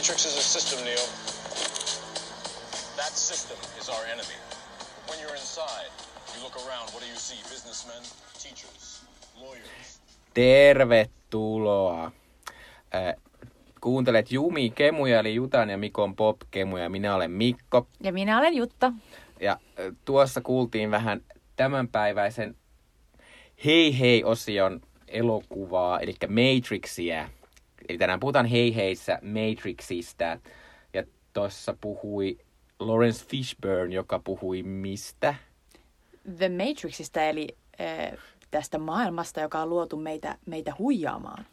Matrix is a system, Neo. That system is our enemy. When you're inside, you look around, what do you see? Businessmen, teachers, lawyers. Tervetuloa. Kuuntelet Jumi Kemuja, eli Jutan ja Mikon Pop-kemuja. Minä olen Mikko. Ja minä olen Jutta. Ja tuossa kuultiin vähän tämänpäiväisen Hei Hei-osion elokuvaa, eli Matrixia. Eli tänään puhutaan Hei Heissä Matrixista. Ja tuossa puhui Lawrence Fishburne, joka puhui mistä? The Matrixista, eli tästä maailmasta, joka on luotu meitä huijaamaan.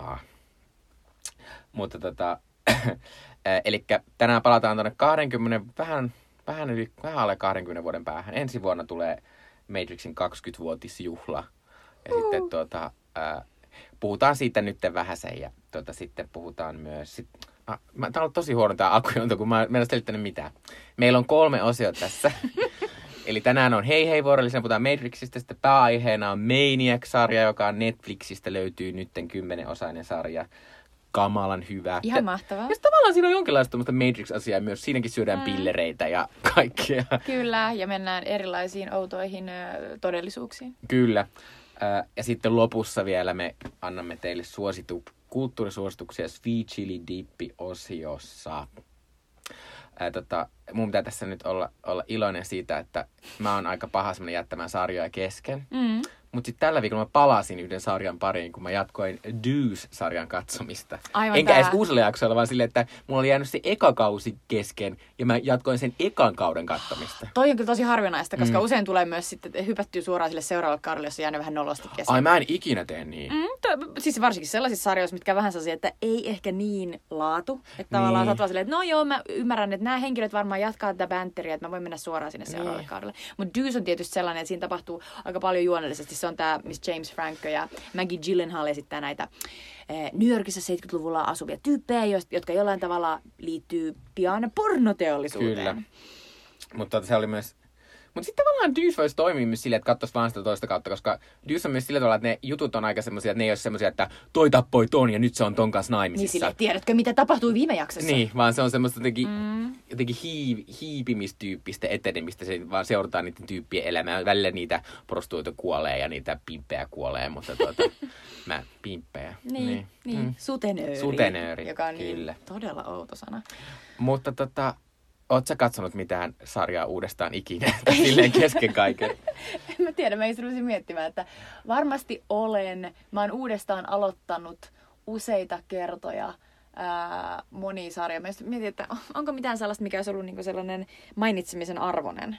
Mutta eli tänään palataan tuonne 20, vähän alle 20 vuoden päähän. Ensi vuonna tulee Matrixin 20-vuotisjuhla. Ja sitten puhutaan siitä nyt vähäsen ja sitten puhutaan myös... Tämä on ollut tosi huono tämä alkujonto, kun mä en ole selittänyt mitään. Meillä on 3 osiota tässä. Eli tänään on Hei Hei vuorollisen, puhutaan Matrixista. Sitten pääaiheena on Maniac-sarja, joka on Netflixistä, löytyy nytten 10-osainen sarja. Kamalan hyvä. Ihan mahtavaa. Ja tavallaan siinä on jonkinlaista Matrix-asiaa myös. Siinäkin syödään pillereitä ja kaikkea. Kyllä, ja mennään erilaisiin outoihin todellisuuksiin. Kyllä. Ja sitten lopussa vielä me annamme teille kulttuurisuosituksia Sweet Chili Dippi-osiossa. Mun pitää tässä nyt olla iloinen siitä, että mä oon aika paha semmoinen jättämään sarjoja kesken. Mutta sitten tällä viikolla mä palasin yhden sarjan pariin, kun mä jatkoin Deuce-sarjan katsomista. Aivan enkä edes uusilla jaksoilla, vaan silleen, että mulla oli jäänyt se eka kausi kesken ja mä jatkoin sen ekan kauden katsomista. Toi on kyllä tosi harvinaista, koska usein tulee myös sitten hypättyä suoraan sille seuraavalle kaudelle, jossa jäänyt vähän nolosti kesken. Ai mä en ikinä tee niin. Siis varsinkin sellaisissa sarjoissa, mitkä vähän sellaisia, että ei ehkä niin laatu. Että tavallaan sä oot vaan silleen, että no joo, mä ymmärrän, että nämä henkilöt varmaan jatkaa tätä bänteriä, että mä voin mennä suoraan sinne seuraavalle kaudelle. Mutta Deuce on tietysti sellainen, että siinä tapahtuu aika paljon juonellisesti. Se on tämä, missä James Franco ja Maggie Gyllenhaal esittää näitä New Yorkissa 70-luvulla asuvia tyyppejä, jotka jollain tavalla liittyy pian pornoteollisuuteen. Kyllä. Mutta se oli myös... Mutta sitten tavallaan Deuce voisi toimia myös silleen, että katsoisi vaan sitä toista kautta, koska Deuce on myös sillä tavalla, että ne jutut on aika semmoisia, että ne ei ole semmoisia, että toi tappoi ton ja nyt se on ton kanssa naimisissa. Niin silleen, tiedätkö mitä tapahtui viime jaksossa? Niin, vaan se on semmoista jotenkin hiipimistyyppistä etenemistä, se vaan seurataan niiden tyyppien elämää. Välillä niitä prostituoita kuolee ja niitä pimppejä kuolee, mutta pimppejä. Niin. Sutenööri. Joka on kyllä. Niin todella outo sana. Mutta oot sä katsonut mitään sarjaa uudestaan ikinä? Silleen kesken kaiken. En mä tiedä, mä rupesin miettimään, että varmasti olen. Mä oon uudestaan aloittanut useita kertoja monia sarjoja. Mä mietin, että onko mitään sellaista, mikä olisi ollut niinku sellainen mainitsemisen arvoinen.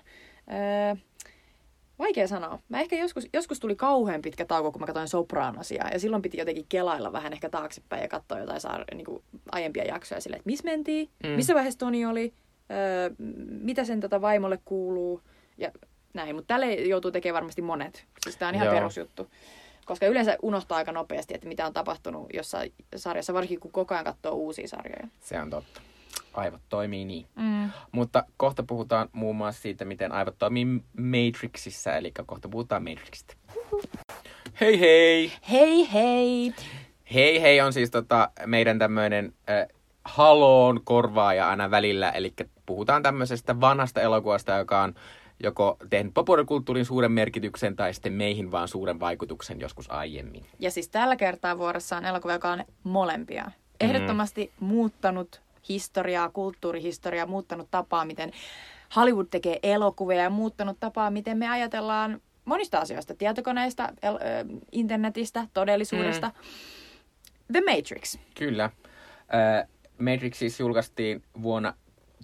Vaikea sanoa. Mä ehkä joskus tuli kauhean pitkä tauko, kun mä katsoin Sopranosia. Ja silloin piti jotenkin kelailla vähän ehkä taaksepäin ja katsoa jotain niinku aiempia jaksoja silleen, että missä mentiin, missä vaiheessa Toni oli, mitä sen vaimolle kuuluu ja näin. Mutta tälle joutuu tekemään varmasti monet. Siis tää on ihan perusjuttu. Koska yleensä unohtaa aika nopeasti, että mitä on tapahtunut jossain sarjassa, varsinkin kun koko ajan katsoo uusia sarjoja. Se on totta. Aivot toimii niin. Mutta kohta puhutaan muun muassa siitä, miten aivot toimii Matrixissa, eli kohta puhutaan Matrixista. Hei hei! Hei hei! Hei hei on siis meidän tämmöinen haloon korvaaja aina välillä, eli puhutaan tämmöisestä vanhasta elokuvasta, joka on joko tehnyt populaarikulttuurin suuren merkityksen tai sitten meihin vaan suuren vaikutuksen joskus aiemmin. Ja siis tällä kertaa vuorossa on elokuva, joka on molempia. Ehdottomasti muuttanut historiaa, kulttuurihistoriaa, muuttanut tapaa, miten Hollywood tekee elokuvia ja muuttanut tapaa, miten me ajatellaan monista asioista, tietokoneista, internetistä, todellisuudesta. The Matrix. Kyllä. Matrix siis julkaistiin vuonna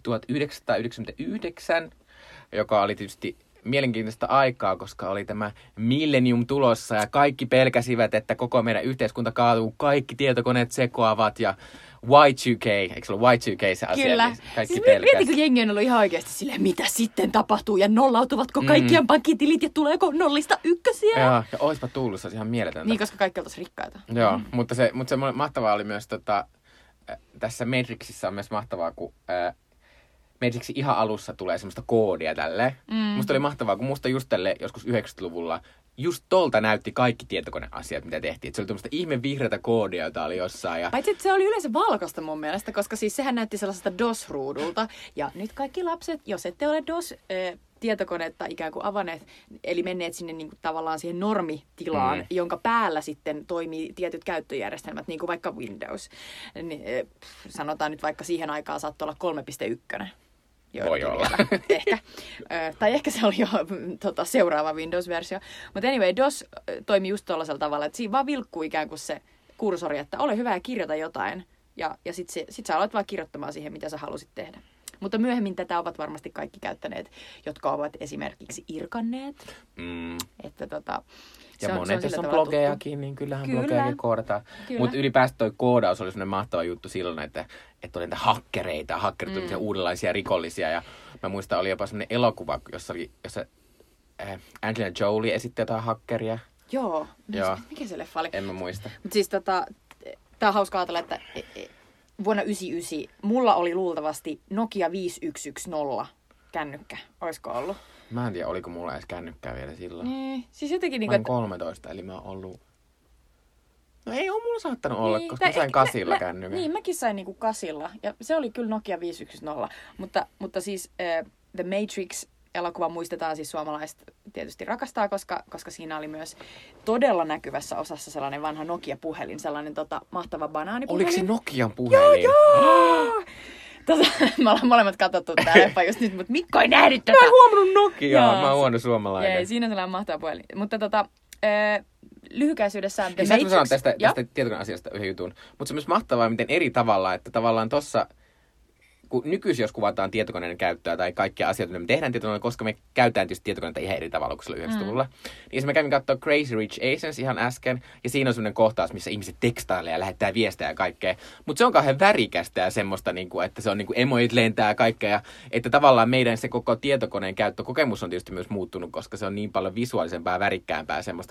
1999, joka oli tietysti mielenkiintoista aikaa, koska oli tämä millennium tulossa ja kaikki pelkäsivät, että koko meidän yhteiskunta kaatuu, kaikki tietokoneet sekoavat ja Y2K, eikö se ollut Y2K se asia? Kyllä. Niin kaikki siis pelkäs. Mietitkö jengi on ollut ihan oikeasti silleen, mitä sitten tapahtuu ja nollautuvatko kaikkien pankkitilit ja tuleeko nollista ykkösiä? Joo, ja oispa tullut, se olisi ihan mieletöntä. Niin, koska kaikki oltaisiin rikkaita. Joo, mutta se mahtavaa oli myös tässä Matrixissa on myös mahtavaa, kun Matrixin ihan alussa tulee semmoista koodia tälleen. Musta oli mahtavaa, kun musta just tälle joskus 90-luvulla just tolta näytti kaikki tietokoneasiat, mitä tehtiin. Et se oli tämmöistä ihme vihreätä koodia, jota oli jossain. Ja... Paitsi, että se oli yleensä valkoista mun mielestä, koska siis sehän näytti sellaiselta DOS-ruudulta. Ja nyt kaikki lapset, jos ette ole DOS-tietokonetta ikään kuin avanneet, eli menneet sinne niin kuin tavallaan siihen normitilaan, jonka päällä sitten toimii tietyt käyttöjärjestelmät, niin kuin vaikka Windows. Niin, sanotaan nyt vaikka siihen aikaan saattoi olla 3.1. Voi olla. Ehkä. Tai ehkä se oli jo seuraava Windows-versio. Mutta anyway, DOS toimi just tuollaisella tavalla, että siinä vaan vilkkuu ikään kuin se kursori, että ole hyvä ja kirjoita jotain. Ja sit sä aloit vaan kirjoittamaan siihen, mitä sä halusit tehdä. Mutta myöhemmin tätä ovat varmasti kaikki käyttäneet, jotka ovat esimerkiksi irkanneet. Että ja monet, jos on blogejakin, niin kyllähän blogejakin koodataan. Mutta ylipäätään toi koodaus oli sellainen mahtava juttu silloin, että oli niitä hakkereita. Hakkerit oli uudenlaisia rikollisia. Ja mä muistan, oli jopa sellainen elokuva, jossa Angelina Jolie esitti jotain hakkeria. Joo. Mikä se leffa oli? En mä muista. Mutta siis tää on hauska ajatella, että vuonna 1999 mulla oli luultavasti Nokia 5110 kännykkä. Oisko ollut? Mä en tiedä, oliko mulla edes kännykkää vielä silloin. Niin, siis jotenkin mä 13, eli mä oon ollut... No ei oo mulla saattanut olla, koska mä sain kasilla kännykän. Niin, mäkin sain niinku kasilla. Ja se oli kyllä Nokia 5110. Mutta siis The Matrix-elokuva muistetaan siis suomalaiset tietysti rakastaa, koska siinä oli myös todella näkyvässä osassa sellainen vanha Nokia-puhelin, sellainen mahtava banaanipuhelin. Oliko se Nokian puhelin? Joo! Me ollaan molemmat katsottu tää leffa just nyt, mutta Mikko ei nähnyt tätä. Mä en huomannut Nokiaa, mä oon huono suomalainen. Jee, siinä on sellainen mahtava puhelin. Mutta lyhykäisyydessään The Matrix... Mä sanon tästä tietokoneasiasta yhden jutun. Mutta se on myös mahtavaa, miten eri tavalla, että tavallaan tossa... Kun nykyisin, jos kuvataan tietokoneen käyttöä tai kaikkia asioita, mitä me tehdään tietokoneella, koska me käytetään tietysti tietokoneita ihan eri tavalla kuin silloin 90-luvulla. Niin mä kävin katsoa Crazy Rich Asians ihan äsken, ja siinä on semmoinen kohtaus, missä ihmiset tekstailee ja lähettää viestejä ja kaikkea. Mutta se on kauhean värikästä ja semmoista, että se on emojit lentää ja kaikkea. Ja että tavallaan meidän se koko tietokoneen käyttökokemus on tietysti myös muuttunut, koska se on niin paljon visuaalisempaa ja värikkäämpää semmoista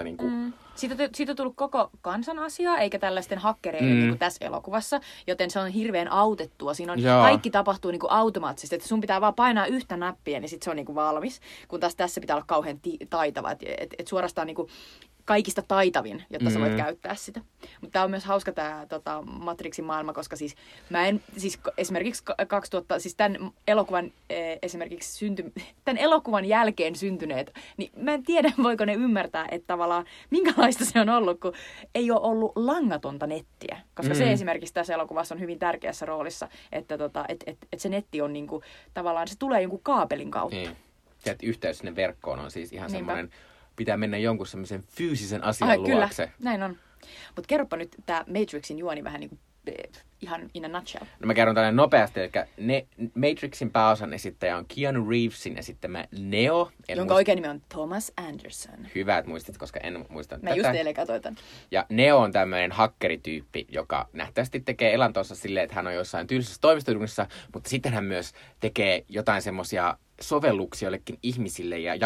Siitä on tullut koko kansan asiaa, eikä tällaisten hakkereiden niin kuin tässä elokuvassa, joten se on hirveän autettua. Siinä on kaikki tapahtuu niin kuin automaattisesti, että sun pitää vaan painaa yhtä nappia, niin sit se on niin kuin valmis. Kun taas tässä pitää olla kauhean taitava, että suorastaan niin kuin kaikista taitavin, jotta sä voit käyttää sitä. Mutta tää on myös hauska tää Matrixin maailma, koska siis esimerkiksi 2000, siis tämän elokuvan esimerkiksi tämän elokuvan jälkeen syntyneet, niin mä en tiedä, voiko ne ymmärtää, että tavallaan minkälaista se on ollut, kun ei ole ollut langatonta nettiä. Koska se esimerkiksi tässä elokuvassa on hyvin tärkeässä roolissa, että se netti on niinku, tavallaan, se tulee jonkun kaapelin kautta. Niin. Ja että yhteys sinne verkkoon on siis ihan semmoinen... Pitää mennä jonkun semmoisen fyysisen asian luokse. Kyllä, näin on. Mutta kerropa nyt tämä Matrixin juoni vähän niin kuin ihan in a nutshell. No mä kerron tälle nopeasti. Eli Matrixin pääosan esittäjä on Keanu Reevesin esittämä Neo. Jonka oikein nimi on Thomas Anderson. Hyvä, että muistit, koska en muistanut tätä. Mä just eilen katsoin tämän. Ja Neo on tämmöinen hakkerityyppi, joka nähtävästi tekee elantonsa silleen, että hän on jossain tylsässä toimistoduunissa, mutta sitten hän myös tekee jotain semmoisia sovelluksia jollekin ihmisille ja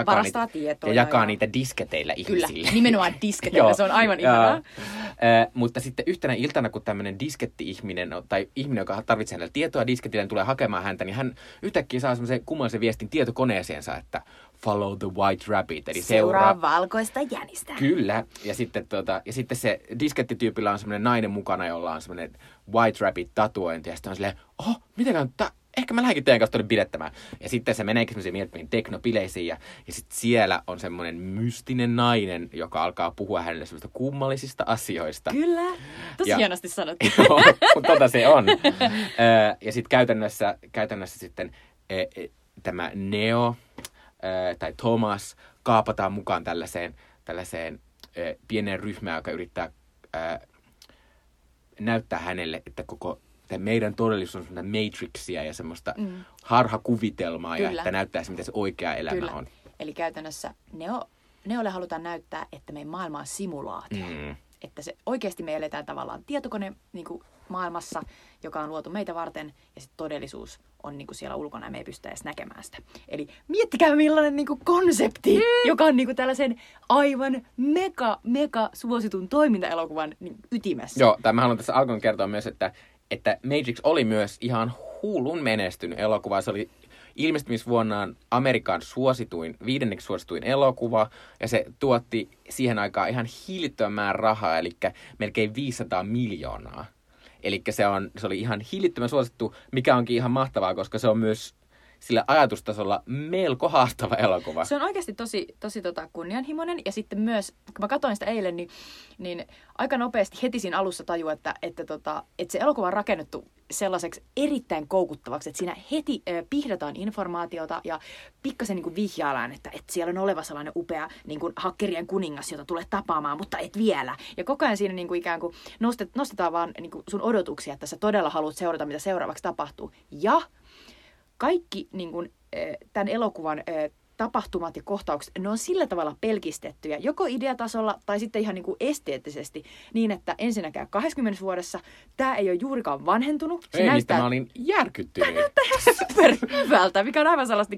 jakaa niitä disketeillä ihmisille. Kyllä, nimenomaan disketeillä, se on aivan ihanaa. Mutta sitten yhtenä iltana, kun tämmöinen disketti-ihminen tai ihminen, joka tarvitsee hänellä tietoa disketille, tulee hakemaan häntä, niin hän yhtäkkiä saa semmoisen kummallisen viestin tietokoneeseensa, että follow the white rabbit, eli seuraa valkoista jänistä. Kyllä, ja sitten se diskettityypillä on semmoinen nainen mukana, jolla on semmoinen white rabbit-tatuointi, ja sitten on silleen, mitenkään ehkä mä lähdenkin teidän kanssa tuonne pidettämään. Ja sitten se meneekin semmoisiin mielettömiin teknopileisiin ja sitten siellä on semmoinen mystinen nainen, joka alkaa puhua hänelle semmoista kummallisista asioista. Kyllä, tosi hienosti sanottu. Joo, mutta se on. Ja sitten käytännössä sitten tämä Neo tai Thomas kaapataan mukaan tällaiseen pieneen ryhmään, joka yrittää näyttää hänelle, että koko meidän todellisuus on Matrixia ja semmoista harhakuvitelmaa ja että näyttää se, mitä se oikea elämä on. Eli käytännössä Neolle halutaan näyttää, että meidän maailma on simulaatio. Että se oikeasti me eletään tavallaan tietokone niin kuin maailmassa, joka on luotu meitä varten, ja sitten todellisuus on niin kuin siellä ulkona ja me ei pystytä edes näkemään sitä. Eli miettikää millainen niin kuin konsepti, joka on niin kuin tällaisen aivan mega suositun toimintaelokuvan niin ytimessä. Joo, mä haluan tässä alkuun kertoa myös, että Matrix oli myös ihan hullun menestynyt elokuva. Se oli ilmestymisvuonnaan Amerikan viidenneksi suosituin elokuva, ja se tuotti siihen aikaan ihan hillittömän rahaa, eli melkein 500 miljoonaa. Eli se oli ihan hillittömän suosittu, mikä onkin ihan mahtavaa, koska se on myös sillä ajatustasolla melko haastava elokuva. Se on oikeasti tosi kunnianhimoinen. Ja sitten myös, kun mä katsoin sitä eilen, niin aika nopeasti heti siinä alussa tajuu, että se elokuva on rakennettu sellaiseksi erittäin koukuttavaksi, että siinä heti pihdataan informaatiota ja pikkasen niin kuin vihjaillaan, että siellä on oleva sellainen upea niin kuin hakkerien kuningas, jota tulee tapaamaan, mutta et vielä. Ja koko ajan siinä niin kuin ikään kuin nostetaan vaan niin kuin sun odotuksia, että sä todella haluat seurata, mitä seuraavaksi tapahtuu. Ja kaikki niin kuin, tämän elokuvan tapahtumat ja kohtaukset, ne on sillä tavalla pelkistettyjä, joko ideatasolla tai sitten ihan niin kuin esteettisesti, niin että ensinnäkään 20 vuodessa tämä ei ole juurikaan vanhentunut. Se näyttää, mä olin järkyttynyt. Tämä näyttää ihan superhyvältä, mikä on aivan sellaista,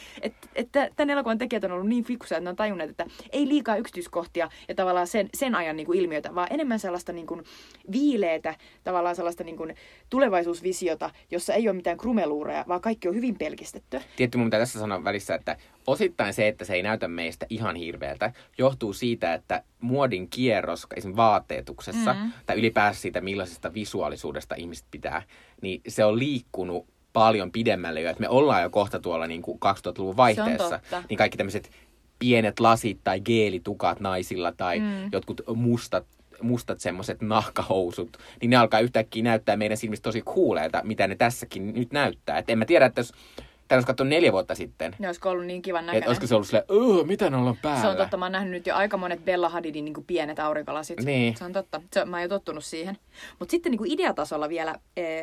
että tämän elokuvan tekijät on ollut niin fiksuja, että ne on tajunneet, että ei liikaa yksityiskohtia ja tavallaan sen ajan niin kuin ilmiötä, vaan enemmän sellaista niin kuin viileätä, tavallaan sellaista niin kuin tulevaisuusvisiota, jossa ei ole mitään krumeluureja, vaan kaikki on hyvin pelkistettyä. Tietty mun pitää tässä sanoa välissä, että osittain se, että se ei näytä meistä ihan hirveältä, johtuu siitä, että muodin kierros esimerkiksi vaateetuksessa tai ylipäänsä siitä, millaisesta visuaalisuudesta ihmiset pitää, niin se on liikkunut paljon pidemmälle jo. Että me ollaan jo kohta tuolla niin kuin 2000-luvun vaihteessa. Niin kaikki tämmöiset pienet lasit tai geelitukat naisilla tai jotkut mustat semmoiset nahkahousut, niin ne alkaa yhtäkkiä näyttää meidän silmistä tosi cooleilta, mitä ne tässäkin nyt näyttää. Et en mä tiedä, että jos tämä olisi katsonut 4 vuotta sitten. Ne olisiko ollut niin kivan näköinen. Olisiko se ollut silleen, mitä ne ollaan päällä? Se on totta, mä oon nähnyt nyt jo aika monet Bella Hadidin niin kuin pienet aurinkolasit. Niin. Se on totta, mä oon jo tottunut siihen. Mutta sitten niin kuin ideatasolla vielä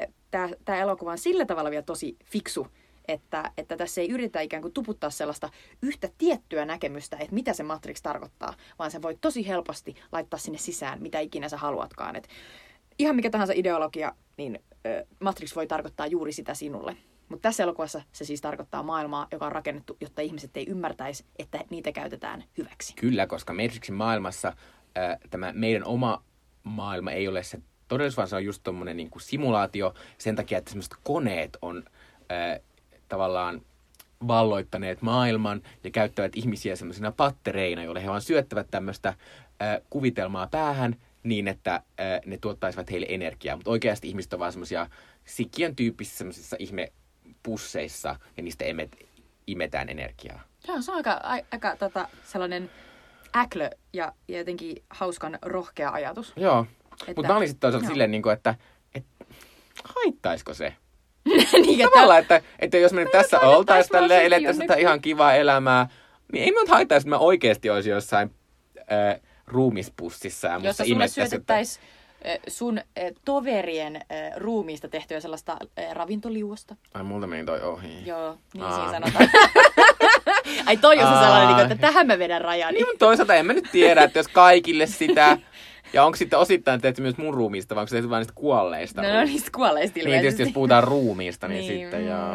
tämä elokuva on sillä tavalla vielä tosi fiksu, että tässä ei yritä ikään kuin tuputtaa sellaista yhtä tiettyä näkemystä, että mitä se Matrix tarkoittaa, vaan se voi tosi helposti laittaa sinne sisään, mitä ikinä sä haluatkaan. Et ihan mikä tahansa ideologia, niin Matrix voi tarkoittaa juuri sitä sinulle. Mutta tässä elokuvassa se siis tarkoittaa maailmaa, joka on rakennettu, jotta ihmiset ei ymmärtäisi, että niitä käytetään hyväksi. Kyllä, koska Matrixin maailmassa tämä meidän oma maailma ei ole se todellisuus, vaan se on just tommonen niin kuin simulaatio sen takia, että semmoiset koneet on tavallaan valloittaneet maailman ja käyttävät ihmisiä semmoisina pattereina, joille he vaan syöttävät tämmöistä kuvitelmaa päähän niin, että ne tuottaisivat heille energiaa. Mutta oikeasti ihmiset on vaan semmoisia sikiön tyyppisissä semmoisissa ihmepusseissa ja niistä imetään energiaa. Joo, se on aika sellainen äklö ja jotenkin hauskan rohkea ajatus. Joo, mutta mä olin sitten toisaalta silleen, että haittaisiko se? Niin, tavallaan, että jos me nyt tässä oltaisiin tälleen, elettäisiin tätä ihan kivaa elämää, niin ei me nyt haittaisi, että mä oikeasti olisin jossain ruumispussissa. Ja jossa sulle syötettäisiin sun toverien ruumiista tehtyä sellaista ravintoliuosta. Ai, multa meni toi ohi. Joo, niin siinä sanotaan. Ai toi on se sellainen, että tähän mä vedän rajani. Niin, toisaalta en mä nyt tiedä, että jos kaikille sitä. Ja onko sitten osittain tehty myös mun ruumiista, vai onko se tehty vain niistä kuolleista? No niistä kuolleista ilmeisesti. Niin tietysti, jos puhutaan ruumiista, niin sitten joo.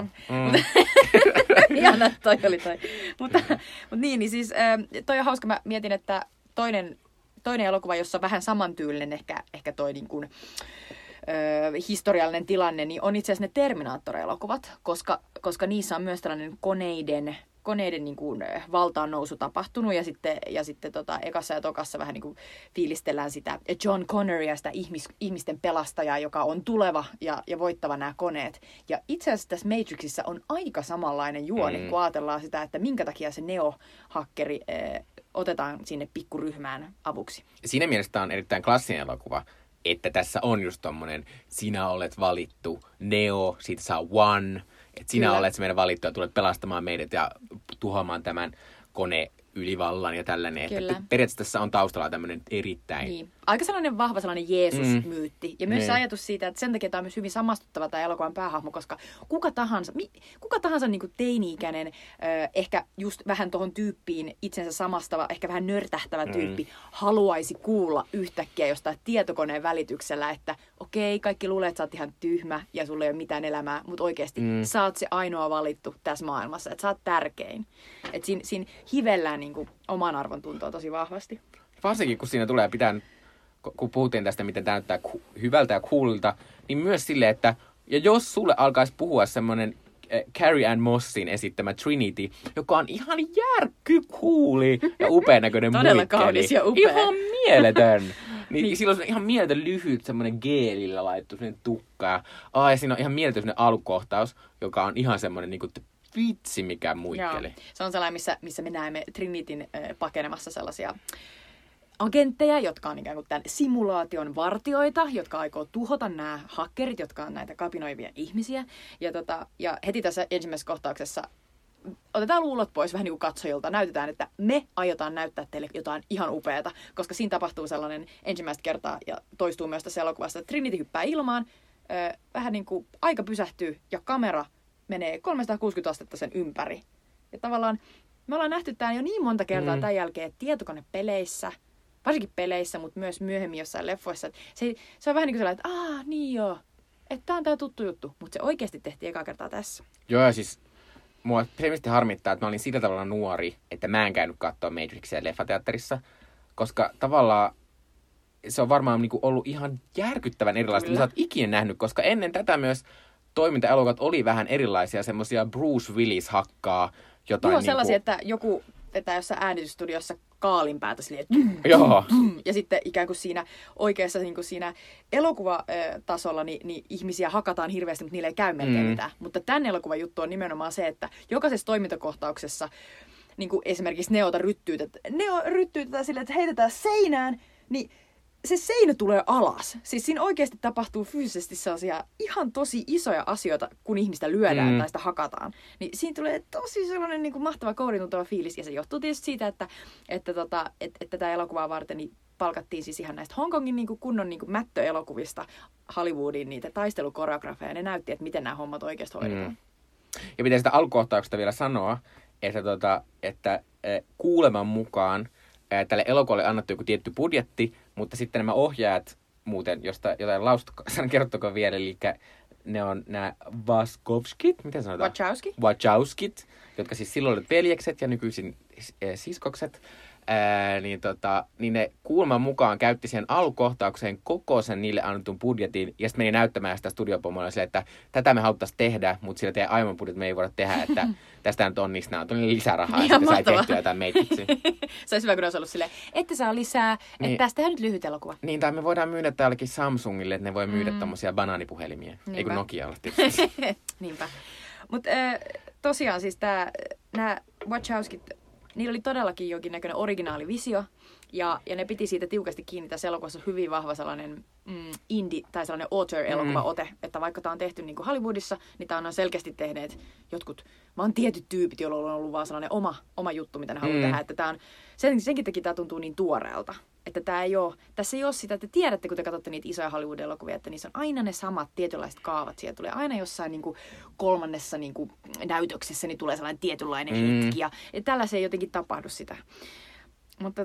Ihana, toi oli toi. Mutta niin siis toi on hauska. Mä mietin, että toinen elokuva, jossa on vähän samantyylinen ehkä toi niin kuin, historiallinen tilanne, niin on itse asiassa ne Terminaattor-elokuvat, koska niissä on myös tällainen koneiden niin kuin valtaan nousu tapahtunut ja sitten ekassa ja tokassa vähän niin kuin fiilistellään sitä John Connoria, sitä ihmisten pelastajaa, joka on tuleva ja voittava nämä koneet. Ja itse asiassa tässä Matrixissa on aika samanlainen juoni, kun ajatellaan sitä, että minkä takia se Neo-hakkeri otetaan sinne pikkuryhmään avuksi. Siinä mielessä tämä on erittäin klassinen elokuva, että tässä on just tommonen, sinä olet valittu, Neo, siitä saa One, että sinä olet se meidän valittu ja tulet pelastamaan meidät ja tuhoamaan tämän ylivallan ja tällainen. Että periaatteessa tässä on taustalla tämmöinen erittäin... Niin. Aika sellainen vahva sellainen Jeesus-myytti. Ja myös se ajatus siitä, että sen takia tämä on myös hyvin samastuttava tämä elokuvan päähahmo, koska kuka tahansa niin kuin teini-ikäinen, ehkä just vähän tuohon tyyppiin itsensä samastava, ehkä vähän nörtähtävä tyyppi, haluaisi kuulla yhtäkkiä jostain tietokoneen välityksellä, että okei, kaikki luulee, että sä oot ihan tyhmä ja sulla ei ole mitään elämää, mutta oikeasti sä oot se ainoa valittu tässä maailmassa, että sä oot tärkein. Että siinä hivellään niin kuin oman arvon tuntoa tosi vahvasti. Varsinkin, kun siinä tulee pitää, kun puhuttiin tästä, miten tämä näyttää hyvältä ja coolilta, niin myös silleen, että ja jos sulle alkaisi puhua semmoinen Carrie Ann Mossin esittämä Trinity, joka on ihan järkkykuuli ja upean näköinen Todella muikkeli. kaunis ja upea. Ihan mieletön. Niin. Silloin on ihan mieletön lyhyt semmoinen geelillä laittu semmoinen tukka. Ja siinä on ihan mieletön semmoinen alkukohtaus, joka on ihan semmoinen niinku, vitsi mikä muikkeli. Joo. Se on sellainen, missä me näemme Trinityn pakenemassa sellaisia agentteja, jotka on ikään kuin tämän simulaation vartioita, jotka aikoo tuhota nämä hakkerit, jotka on näitä kapinoivia ihmisiä. Ja heti tässä ensimmäisessä kohtauksessa otetaan luulot pois vähän niin kuin katsojilta. Näytetään, että me aiotaan näyttää teille jotain ihan upeata, koska siinä tapahtuu sellainen ensimmäistä kertaa ja toistuu myös tässä elokuvassa, että Trinity hyppää ilmaan, vähän niin kuin aika pysähtyy ja kamera menee 360 astetta sen ympäri. Ja tavallaan me ollaan nähty tämän jo niin monta kertaa tämän jälkeen tietokonepeleissä, varsinkin peleissä, mutta myös myöhemmin jossain leffoissa. Se on vähän niin kuin sellainen, että niin joo, että tämä on tämä tuttu juttu, mutta se oikeasti tehtiin ekaa kertaa tässä. Joo, ja siis mua premisti harmittaa, että mä olin sillä tavalla nuori, että mä en käynyt katsoa Matrixia leffateatterissa, koska tavallaan se on varmaan niinku ollut ihan järkyttävän erilaista, mitä sä oot ikinä nähnyt, koska ennen tätä myös toimintaelokuvat oli vähän erilaisia, semmoisia Bruce Willis hakkaa jotain. Joo, sellaisia, että joku vetää jossain äänitysstudiossa kaalin päätä silleen, Joo. Ja sitten ikään kuin siinä oikeassa niin kuin siinä elokuvatasolla niin ihmisiä hakataan hirveästi, mutta niille ei käy melkein mitään. Mutta tämän elokuvan juttu on nimenomaan se, että jokaisessa toimintakohtauksessa niin kuin esimerkiksi Neo ryttyytetään silleen, että heitetään seinään, niin se seinä tulee alas. Siis siinä oikeasti tapahtuu fyysisesti sellaisia ihan tosi isoja asioita, kun ihmistä lyödään tai sitä hakataan. Niin siinä tulee tosi sellainen niin kuin mahtava kouriintuntava fiilis. Ja se johtuu tietysti siitä, että tämä elokuvaa varten niin palkattiin siis ihan näistä Hongkongin niin kuin kunnon niin kuin mättöelokuvista Hollywoodin niitä taistelukoreografeja. Ja ne näytti, että miten nämä hommat oikeasti hoidetaan. Ja pitää sitä alkukohtauksesta vielä sanoa, että kuuleman mukaan tälle elokuvalle annettu joku tietty budjetti, mutta sitten nämä ohjaajat muuten, jotain lausuttakoon, kertokaa vielä, eli ne on nämä Wachowskit, miten sanotaan? Wachowskit, jotka siis silloin olivat veljekset ja nykyisin siskokset, niin ne kuuleman mukaan käytti sen alkukohtaukseen koko sen niille annetun budjetin, ja sitten meni näyttämään sitä studiopomoille sille, että tätä me haluttaisiin tehdä, mutta sillä teidän aivan budjetti me ei voida tehdä, että tästä nyt on niistä, nämä on tullut lisärahaa, ja sitten sai tehtyä jotain Matrixia. Se olisi hyvä, kun olisi ollut silleen, että saa lisää, niin, että tästä on nyt lyhyt elokuva. Niin, tai me voidaan myydä täälläkin Samsungille, että ne voi myydä tommosia banaanipuhelimia. Ei kun Nokialle tietysti. Niinpä. Mutta tosiaan siis nämä Wachowskit, niillä oli todellakin jonkinnäköinen originaalivisio, ja ne piti siitä tiukasti kiinni. Tässä elokuvassa hyvin vahva sellainen indie- tai sellainen auteur-elokuva-ote, että vaikka tämä on tehty niin kuin Hollywoodissa, niin tämä on selkeästi tehneet jotkut vaan tietyt tyypit, joilla on ollut vaan sellainen oma juttu, mitä ne haluaa tehdä. Että tämä on, senkin takia tämä tuntuu niin tuoreelta. Että tässä ei ole sitä, että tiedätte, kun te katsotte niitä isoja Hollywood-elokuvia, että niissä on aina ne samat tietynlaiset kaavat. Siellä tulee aina jossain niin kuin kolmannessa niin kuin näytöksessä, niin tulee sellainen tietynlainen hetki. Ja tällaisen ei jotenkin tapahdu sitä. Mutta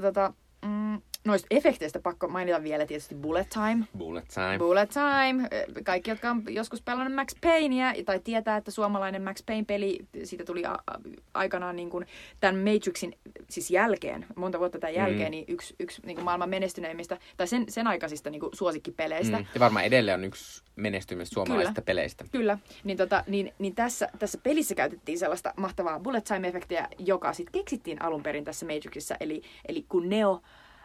noista efekteistä pakko mainita vielä tietysti Bullet Time. Bullet Time. Kaikki, jotka on joskus pelannut Max Paynea tai tietää, että suomalainen Max Payne-peli, siitä tuli aikanaan niin kuin tämän Matrixin siis jälkeen, monta vuotta tämän jälkeen, niin yksi niin kuin maailman menestyneimmistä, tai sen aikaisista niin kuin suosikkipeleistä. Ja varmaan edelleen on yksi menestymistä suomalaisista peleistä. Kyllä. Niin tässä pelissä käytettiin sellaista mahtavaa Bullet Time-efektiä, joka sitten keksittiin alun perin tässä Matrixissa. Eli kun Neo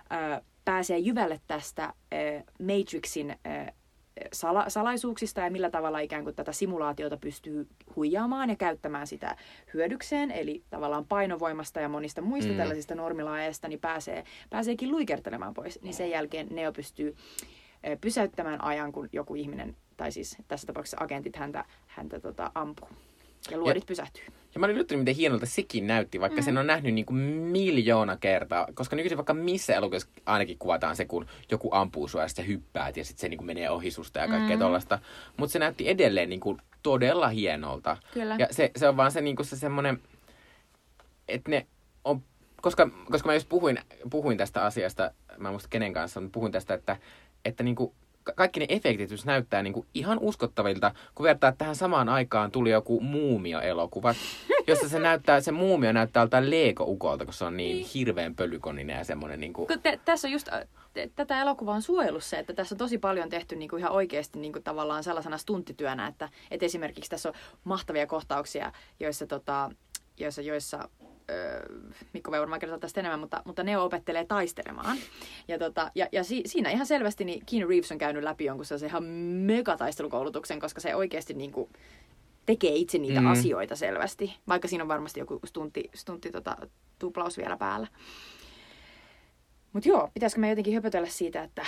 pääsee jyvälle tästä Matrixin salaisuuksista ja millä tavalla ikään kuin tätä simulaatiota pystyy huijaamaan ja käyttämään sitä hyödykseen, eli tavallaan painovoimasta ja monista muista tällaisista normilaeista, niin pääseekin luikertelemaan pois. Niin sen jälkeen Neo pystyy pysäyttämään ajan, kun joku ihminen, tai siis tässä tapauksessa agentit häntä ampuu. Ja luodit pysähtyy. Ja mä olin yllättynyt, miten hienolta sekin näytti, vaikka sen on nähnyt niin kuin 1,000,000 kertaa. Koska nykyisin vaikka missä elokuvassa ainakin kuvataan se, kun joku ampuu sua ja sitten hyppäät ja sitten se niin kuin menee ohi susta ja kaikkea tollaista. Mutta se näytti edelleen niin kuin todella hienolta. Kyllä. Ja se on vaan se, niin kuin se semmoinen, että ne on, koska mä just puhuin tästä asiasta, mä en muista kenen kanssa, mutta puhuin tästä, että niin kuin kaikki ne efektit just näyttää niinku ihan uskottavilta, kun vertaa tähän samaan aikaan tuli joku Muumio-elokuva, jossa se muumio näyttää joltain Lego-ukolta, kun se on niin hirveän pölykoninen ja semmoinen niinku... Tässä on just, tätä elokuvaa on suojellut se, että tässä on tosi paljon tehty niinku ihan oikeasti niinku tavallaan sellaisena stunttityönä, että esimerkiksi tässä on mahtavia kohtauksia, joissa Mikko voi varmaan kertoa tästä enemmän, mutta Neo opettelee taistelemaan. Ja siinä ihan selvästi niin Keanu Reeves on käynyt läpi jonkun sellaisen ihan megataistelukoulutuksen, koska se oikeasti niinku tekee itse niitä asioita selvästi, vaikka siinä on varmasti joku stuntti tuplaus vielä päällä. Mutta joo, pitäisikö me jotenkin höpötellä siitä, että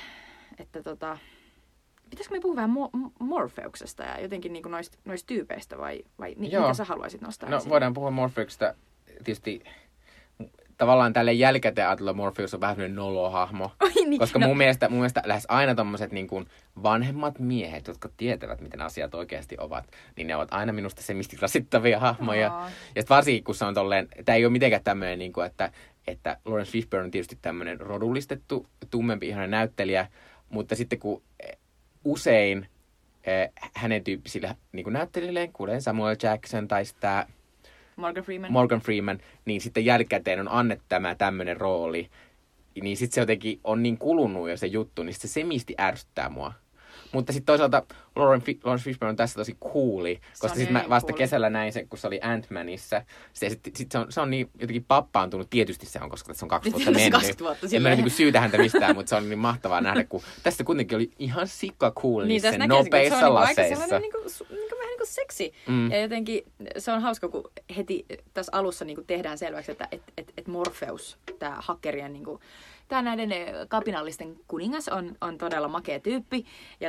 pitäisikö me puhua vähän Morpheuksesta ja jotenkin niinku noista tyypeistä vai mitä sä haluaisit nostaa esiin? Voidaan puhua Morpheuksesta tietysti tavallaan tälle jälkikäteen ajatella Morpheus on vähän sellainen nolohahmo. Niin, koska mun mielestä lähes aina tommoset niin kuin vanhemmat miehet, jotka tietävät, miten asiat oikeasti ovat, niin ne ovat aina minusta semmisti rasittavia hahmoja. Ja varsinkin, kun se on tolleen, tämä ei ole mitenkään tämmöinen, niin kuin, että Lawrence Fishburne on tietysti tämmöinen rodullistettu, tummempi ihana näyttelijä, mutta sitten kun usein hänen tyyppisillä niin näyttelijöilleen, kuten Samuel Jackson tai sitä Morgan Freeman, niin sitten jälkikäteen on annettu tämä tämmöinen rooli, niin sitten se jotenkin on niin kulunut jo se juttu, niin se semisti ärsyttää mua. Mutta sitten toisaalta Lawrence Fishburne on tässä tosi cooli, koska sitten mä vasta kesällä näin sen, kun se oli Ant-Manissa. Se on niin jotenkin pappaantunut, tietysti se on, koska tässä on 2 vuotta mennyt. En mä niin syytä häntä mistään, mutta se on niin mahtavaa nähdä, kun tässä kuitenkin oli ihan sikka cool niissä nopeissa laseissa. Se on vähän niin kuin seksi. Ja jotenkin se on hauska, kun heti tässä alussa niin kuin tehdään selväksi, että Morpheus, tämä hakkerien niin kuin, tämä näiden kapinallisten kuningas on todella makea tyyppi.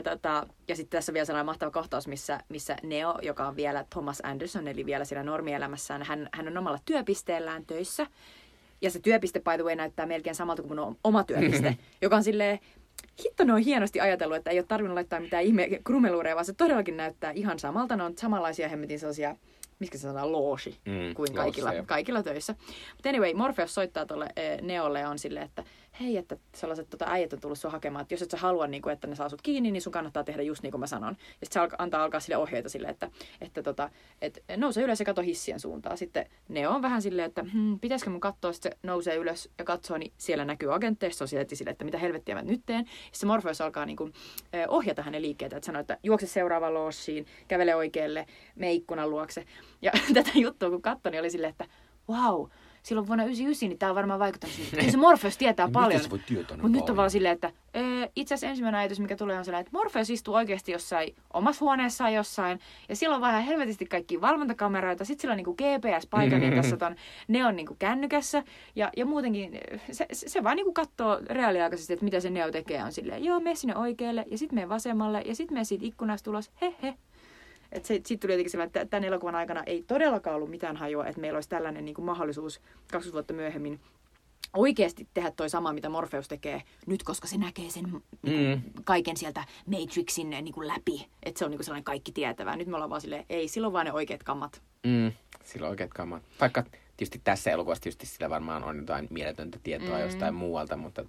Ja sitten tässä on vielä sellainen mahtava kohtaus, missä Neo, joka on vielä Thomas Anderson, eli vielä siinä normielämässään, hän on omalla työpisteellään töissä. Ja se työpiste, by the way, näyttää melkein samalta kuin mun oma työpiste, joka on silleen, hitto, ne on hienosti ajatellut, että ei ole tarvinnut laittaa mitään ihme krumeluureja, vaan se todellakin näyttää ihan samalta. Ne on samanlaisia hemmetin sellaisia, miskä se sanotaan, looshi, kuin kaikilla töissä. Mutta anyway, Morpheus soittaa tuolle Neolle ja on silleen, että hei, että sellaiset äijät on tullut sua hakemaan, että jos et sä halua, niin kuin, että ne saa sut kiinni, niin sun kannattaa tehdä just niin kuin mä sanon. Ja sitten se alkaa sille ohjeita silleen, että nouse ylös ja kato hissien suuntaan. Sitten Neo on vähän silleen, että pitäisikö mun katsoa, sitten se nousee ylös ja katsoo, niin siellä näkyy agentteja, se on silleen, että mitä helvettiä mä nyt teen. Ja se Morpheus alkaa niin kuin, ohjata hänen liikkeitä, että sanoo, että juokse seuraavaan lossiin, kävele oikealle, mene ikkunan luokse. Ja tätä juttua kun katsoi, niin oli silleen, että wow, silloin vuonna 1999, niin tää on varmaan vaikuttanut siihen. Kyllä se Morpheus tietää paljon. Mutta nyt on vaan silleen, että itse asiassa ensimmäinen ajatus, mikä tulee on sellainen, että Morpheus istuu oikeasti jossain omassa huoneessaan jossain. Ja sillä on vähän helvetisti kaikkia valvontakameroita. Sitten sillä on niinku GPS-paikka, niin tässä on Neo niinku kännykässä. Ja muutenkin se vaan niinku katsoo reaaliaikaisesti, että mitä se Neo tekee. On silleen, joo, mene sinne oikealle ja sitten mene vasemmalle ja sitten mene siitä ikkunasta ulos. He. Sitten tuli jotenkin sellainen, että tämän elokuvan aikana ei todellakaan ollut mitään hajua, että meillä olisi tällainen niin kuin mahdollisuus 20 vuotta myöhemmin oikeasti tehdä toi sama, mitä Morpheus tekee nyt, koska se näkee sen kaiken sieltä Matrixin niin kuin läpi. Että se on niin kuin sellainen kaikki tietävää. Nyt me ollaan vaan silleen, ei, silloin vaan ne oikeat kammat. Silloin oikeat kammat. Vaikka tietysti tässä elokuvassa tietysti sillä varmaan on jotain mieletöntä tietoa jostain muualta, mutta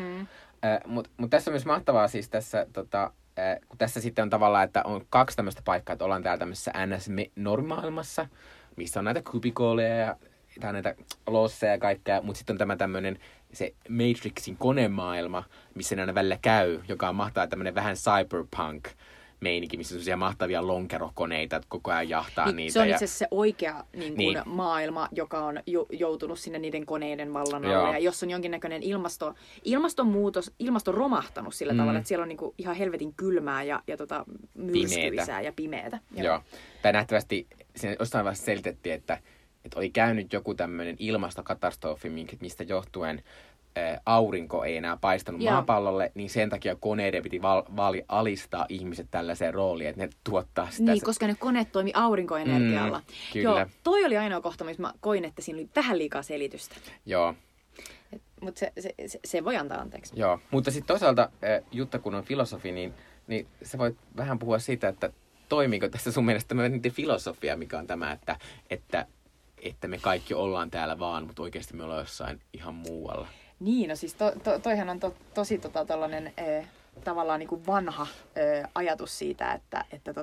mut tässä on myös mahtavaa siis tässä kun tässä sitten on tavallaan, että on 2 tämmöistä paikkaa, että ollaan täällä tämmöisessä NS-normaailmassa, missä on näitä kubikooleja ja näitä losseja ja kaikkea, mutta sitten on tämä tämmöinen se Matrixin konemaailma, missä ne aina välillä käy, joka on mahtava tämmöinen vähän cyberpunk meininki, missä on sellaisia mahtavia lonkerokoneita, että koko ajan jahtaa niin, niitä. Se on itse asiassa se oikea maailma, joka on joutunut sinne niiden koneiden vallan alle. Ja jos on jonkinnäköinen ilmastonmuutos, ilmasto romahtanut sillä tavalla, että siellä on niinku ihan helvetin kylmää ja myrskyisää ja pimeätä. Joo. Tai nähtävästi siinä jostain vaiheessa selitettiin, että oli käynyt joku tämmöinen ilmastokatastrofi, mistä johtuen aurinko ei enää paistanut maapallolle, niin sen takia koneiden piti alistaa ihmiset tällaiseen rooliin, että ne tuottaa sitä. Niin, koska ne koneet toimi aurinkoenergialla. Kyllä. Joo, toi oli ainoa kohta, missä mä koin, että siinä oli vähän liikaa selitystä. Joo. Mutta se voi antaa anteeksi. Joo, mutta sitten toisaalta Jutta, kun on filosofi, niin sä voit vähän puhua siitä, että toimiiko tässä sun mielestä niiden filosofia, mikä on tämä, että me kaikki ollaan täällä vaan, mutta oikeasti me ollaan jossain ihan muualla. Niin, no siis toihan on tosi tollainen tavallaan niin kuin vanha ajatus siitä, että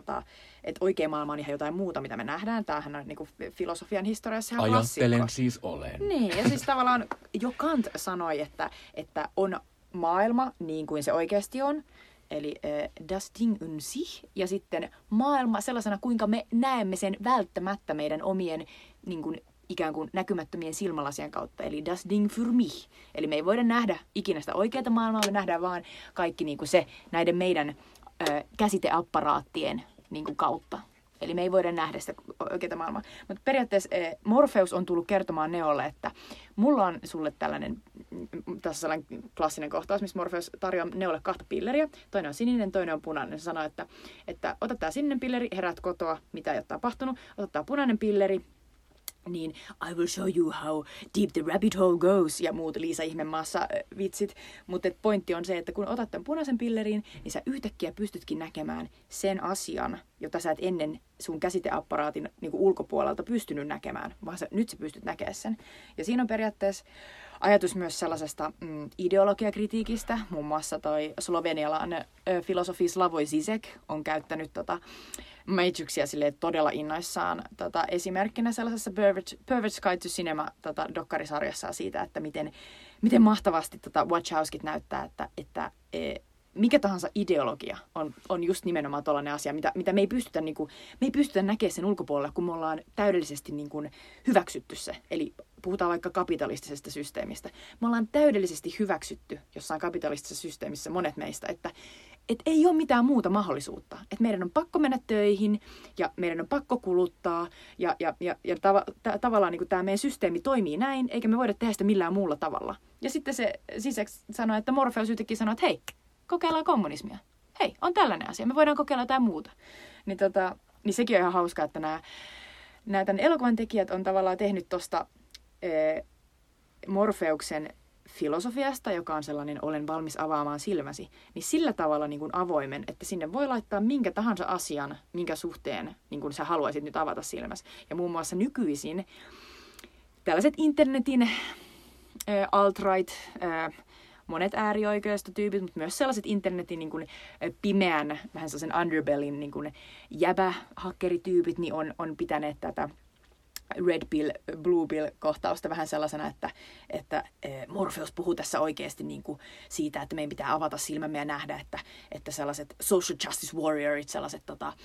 oikea maailma on ihan jotain muuta, mitä me nähdään. Tämähän on niin kuin filosofian historiassa ihan klassikko. Ajattelen siis olen. Niin, ja siis tavallaan jo Kant sanoi, että on maailma niin kuin se oikeasti on, eli das Ding und sich, ja sitten maailma sellaisena, kuinka me näemme sen välttämättä meidän omien niin kuin, ikään kuin näkymättömien silmälasien kautta, eli das Ding für mich. Eli me ei voida nähdä ikinä sitä oikeaa maailmaa, me nähdään vaan kaikki niin kuin se näiden meidän käsiteapparaattien niin kuin kautta. Eli me ei voida nähdä sitä oikeaa maailmaa. Mutta periaatteessa Morpheus on tullut kertomaan Neolle, että mulla on sulle tällainen, tässä sellainen klassinen kohtaus, missä Morpheus tarjoaa Neolle 2 pilleriä. Toinen on sininen, toinen on punainen. Se sanoo, että ota tää sininen pilleri, heräät kotoa, mitä ei ole tapahtunut. Ota tää punainen pilleri, niin I will show you how deep the rabbit hole goes ja muut Liisa Ihmemaassa vitsit. Mutta pointti on se, että kun otat tämän punaisen pillerin, niin sä yhtäkkiä pystytkin näkemään sen asian, jota sä et ennen sun käsiteapparaatin niin kuin ulkopuolelta pystynyt näkemään, vaan nyt sä pystyt näkemään sen. Ja siinä on periaatteessa ajatus myös sellaisesta ideologiakritiikistä. Muun muassa toi slovenialainen filosofi Slavoj Zizek on käyttänyt Matrixia todella innoissaan esimerkkinä sellaisessa Pervert's Guide to Cinema dokkarisarjassa siitä, että miten mahtavasti Wachowskit näyttää, että mikä tahansa ideologia on just nimenomaan tollainen asia, mitä me ei pystytä, me ei pystytä näkemään sen ulkopuolella, kun me ollaan täydellisesti hyväksytty se. Eli puhutaan vaikka kapitalistisesta systeemistä. Me ollaan täydellisesti hyväksytty jossain kapitalistisessa systeemissä monet meistä, että ei ole mitään muuta mahdollisuutta. Että meidän on pakko mennä töihin ja meidän on pakko kuluttaa ja tavallaan tämä meidän systeemi toimii näin, eikä me voida tehdä sitä millään muulla tavalla. Ja sitten se Zizek sanoi, että Morpheus yhtäkkiä sanoi, että hei, kokeillaan kommunismia. Hei, on tällainen asia, me voidaan kokeilla jotain muuta. Niin sekin on ihan hauskaa, että nämä tämän elokuvan tekijät on tavallaan tehnyt tuosta Morfeuksen filosofiasta, joka on sellainen olen valmis avaamaan silmäsi, niin sillä tavalla niin kuin avoimen, että sinne voi laittaa minkä tahansa asian, minkä suhteen niin kuin sä haluaisit nyt avata silmäsi. Ja muun muassa nykyisin tällaiset internetin alt-right, monet äärioikeistotyypit, mutta myös sellaiset internetin niin kuin pimeän, vähän sellaisen underbellin niin kuin jäbä-hakkerityypit, niin on pitäneet tätä Red Pill, Blue Pill -kohtausta vähän sellaisena, että Morpheus puhuu tässä oikeasti niin kuin siitä, että meidän pitää avata silmämme ja nähdä, että sellaiset social justice warriorit, sellaiset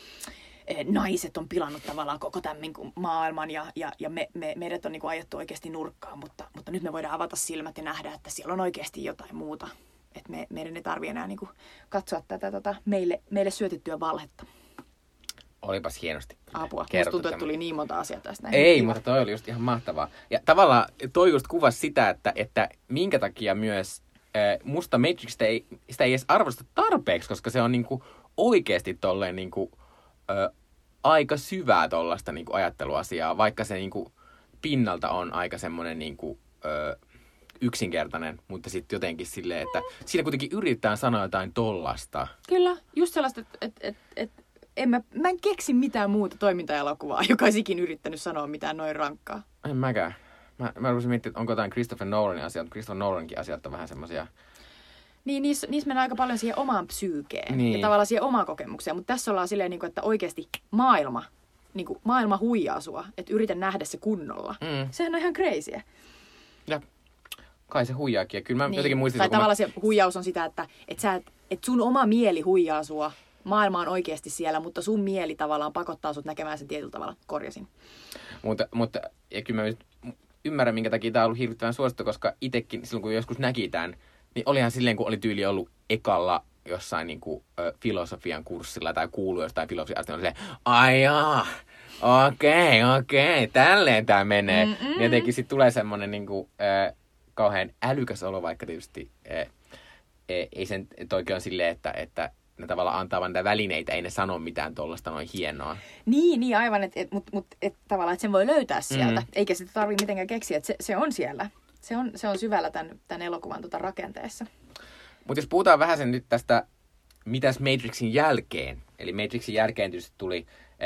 naiset on pilannut tavallaan koko tämän niin kuin maailman ja meidät on niin kuin ajettu oikeasti nurkkaan, mutta nyt me voidaan avata silmät ja nähdä, että siellä on oikeasti jotain muuta. Että meidän ei tarvitse enää niin kuin katsoa tätä meille syötettyä valhetta. Olipas hienosti. Apua. Musta tuntuu, että tuli niin monta asiaa tästä. Ei, mutta toi oli just ihan mahtavaa. Ja tavallaan toi just kuvasi sitä, että minkä takia myös musta Matrixista sitä ei edes arvosta tarpeeksi, koska se on niinku oikeasti tolleen niinku, aika syvää tollaista niinku ajatteluasiaa, vaikka se niinku pinnalta on aika semmoinen niinku, yksinkertainen, mutta sitten jotenkin silleen, että siinä kuitenkin yritetään sanoa jotain tollasta. Kyllä, just sellaista, että mä en keksi mitään muuta toimintaelokuvaa, joka olisi ikin yrittänyt sanoa mitään noin rankkaa. En mäkään. Mä rupesin miettimään, onko jotain Christopher Nolanin asiat. Christopher Nolankin asiat on vähän semmosia. Niin, niissä mennään aika paljon siihen omaan psyykeen niin. Ja tavallaan siihen omaan kokemukseen. Mutta tässä ollaan silleen, että oikeasti maailma huijaa sua. Että yritä nähdä se kunnolla. Sehän on ihan crazyä. Ja kai se huijaakin. Ja kyllä mä jotenkin muistin... Tai tavallaan se huijaus on sitä, että sun oma mieli huijaa sua. Maailma on oikeasti siellä, mutta sun mieli tavallaan pakottaa sut näkemään sen tietyllä tavalla. Korjasin. Mutta ja kyllä mä ymmärrän, minkä takia tää on ollut hirvittävän suosittu, koska itsekin silloin, kun joskus näki tämän, niin olihan silleen, kun oli tyyli ollut ekalla jossain niin kuin, filosofian kurssilla tai kuului jostain filosofiasta, niin oli silleen, ai jaa, okei, tälleen tää menee. Niin jotenkin sit tulee semmonen niin kuin, kauhean älykäs olo, vaikka tietysti ei sen oikein ole silleen, että ne tavallaan antaa vaan välineitä, ei ne sano mitään tuollaista noin hienoa. Niin aivan, mutta tavallaan, että sen voi löytää sieltä, eikä sitä tarvitse mitenkään keksiä, että se on siellä. Se on syvällä tämän elokuvan rakenteessa. Mutta jos puhutaan vähän sen nyt tästä, mitäs Matrixin jälkeen, eli Matrixin jälkeen tietysti tuli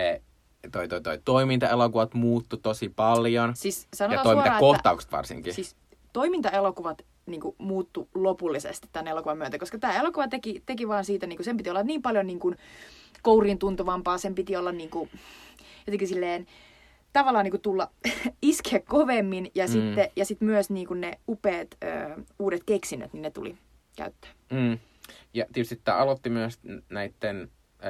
toi toimintaelokuvat muuttu tosi paljon, siis ja toimintakohtaukset varsinkin. Siis toimintaelokuvat niinku muuttui lopullisesti tämän elokuvan myötä, koska tämä elokuva teki vaan siitä, niinku, sen piti olla niin paljon niinku kouriin tuntuvampaa, sen piti olla niinku, jotenkin silleen tavallaan niinku tulla iskeä kovemmin ja sitten myös niinku ne upeat uudet keksinnöt, niin ne tuli käyttöön. Ja tietysti tämä aloitti myös näiden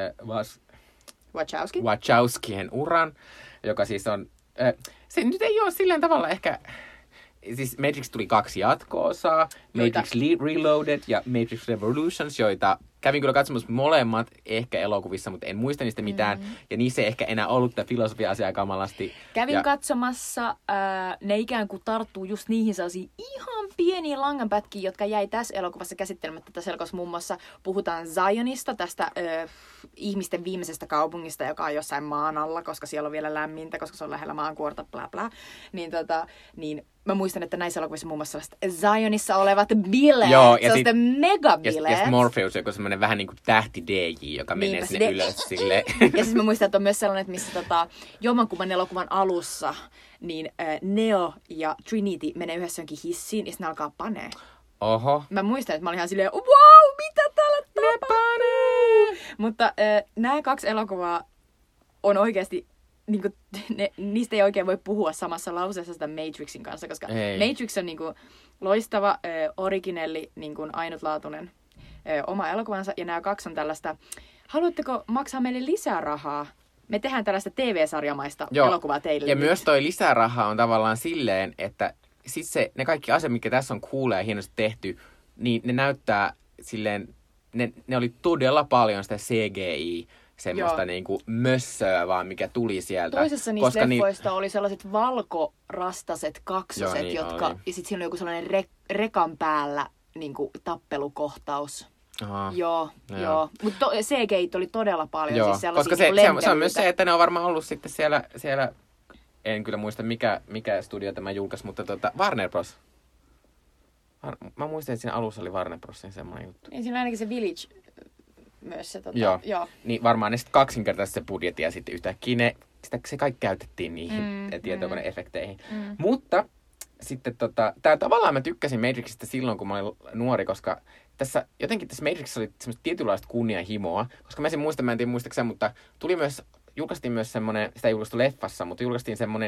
Wachowskien uran, joka siis on, se nyt ei ole silleen tavalla ehkä, siis Matrix tuli 2 jatko-osaa, Matrix Reloaded ja Matrix Revolutions, joita kävin kyllä katsomassa molemmat ehkä elokuvissa, mutta en muista niistä mitään. Ja niissä ei ehkä enää ollut tämä filosofia-asiaa kamalasti. Kävin katsomassa, ne ikään kuin tarttuu just niihin sellaisiin ihan pieniä langanpätkiä, jotka jäi tässä elokuvassa käsittelemättä. Tässä elokuvassa muun muassa puhutaan Zionista, tästä ihmisten viimeisestä kaupungista, joka on jossain maan alla, koska siellä on vielä lämmintä, koska se on lähellä maankuorta, bla bla. Niin mä muistan, että näissä elokuvissa muun muassa Zionissa olevat bileet, sellaiset megabileet. Ja sitten Morpheus, joka on semmoinen vähän niin kuin tähti DJ, joka menee sinne ylös silleen. Ja siis mä muistan, että on myös sellainen, että missä jommankumman elokuvan alussa niin Neo ja Trinity menee yhdessä jonkin hissiin ja sitten ne alkaa panee. Oho. Mä muistan, että mä olin ihan silleen, wow, mitä täällä tapahtuu? Mutta nämä 2 elokuvaa on oikeasti, niinku, niistä ei oikein voi puhua samassa lauseessa sitä Matrixin kanssa, koska Matrix on niinku loistava, originelli, niinku ainutlaatuinen oma elokuvansa, ja nämä 2 on tällaista, haluatteko maksaa meille lisää rahaa? Me tehdään tällaista TV-sarjamaista elokuvaa teille. Ja nyt. myös toi lisäraha on tavallaan silleen, että sit ne kaikki asiat, mitkä tässä on cool ja hienosti tehty, niin ne näyttää silleen, ne oli todella paljon sitä CGI, semmoista niinku mössöä vaan, mikä tuli sieltä. Toisessa niistä leffoista oli sellaiset valkorastaset kaksoset, jotka, oli. Ja sitten siinä oli joku sellainen rekan päällä niinku tappelukohtaus. Aha. Joo. Mutta CGI oli todella paljon. Joo, siis koska se on myös se, että ne on varmaan ollut sitten siellä en kyllä muista mikä studio tämä julkaisi, mutta Warner Bros. Mä muistan, että siinä alussa oli Warner Brosin semmoinen juttu. Ja siinä ainakin se Village myös se Joo. Niin varmaan ne sitten kaksinkertaisesti se budjetti ja sitten yhtäkkiä se kaikki käytettiin niihin tietokone-efekteihin. Mutta sitten tää tavallaan mä tykkäsin Matrixista silloin, kun mä olin nuori, koska tässä Matrixissa oli semmoista tietynlaista kunnianhimoa, koska mä en tiedä muistakseni, mutta julkaistiin myös semmoinen, sitä ei julkaistu leffassa, mutta julkaistiin semmoinen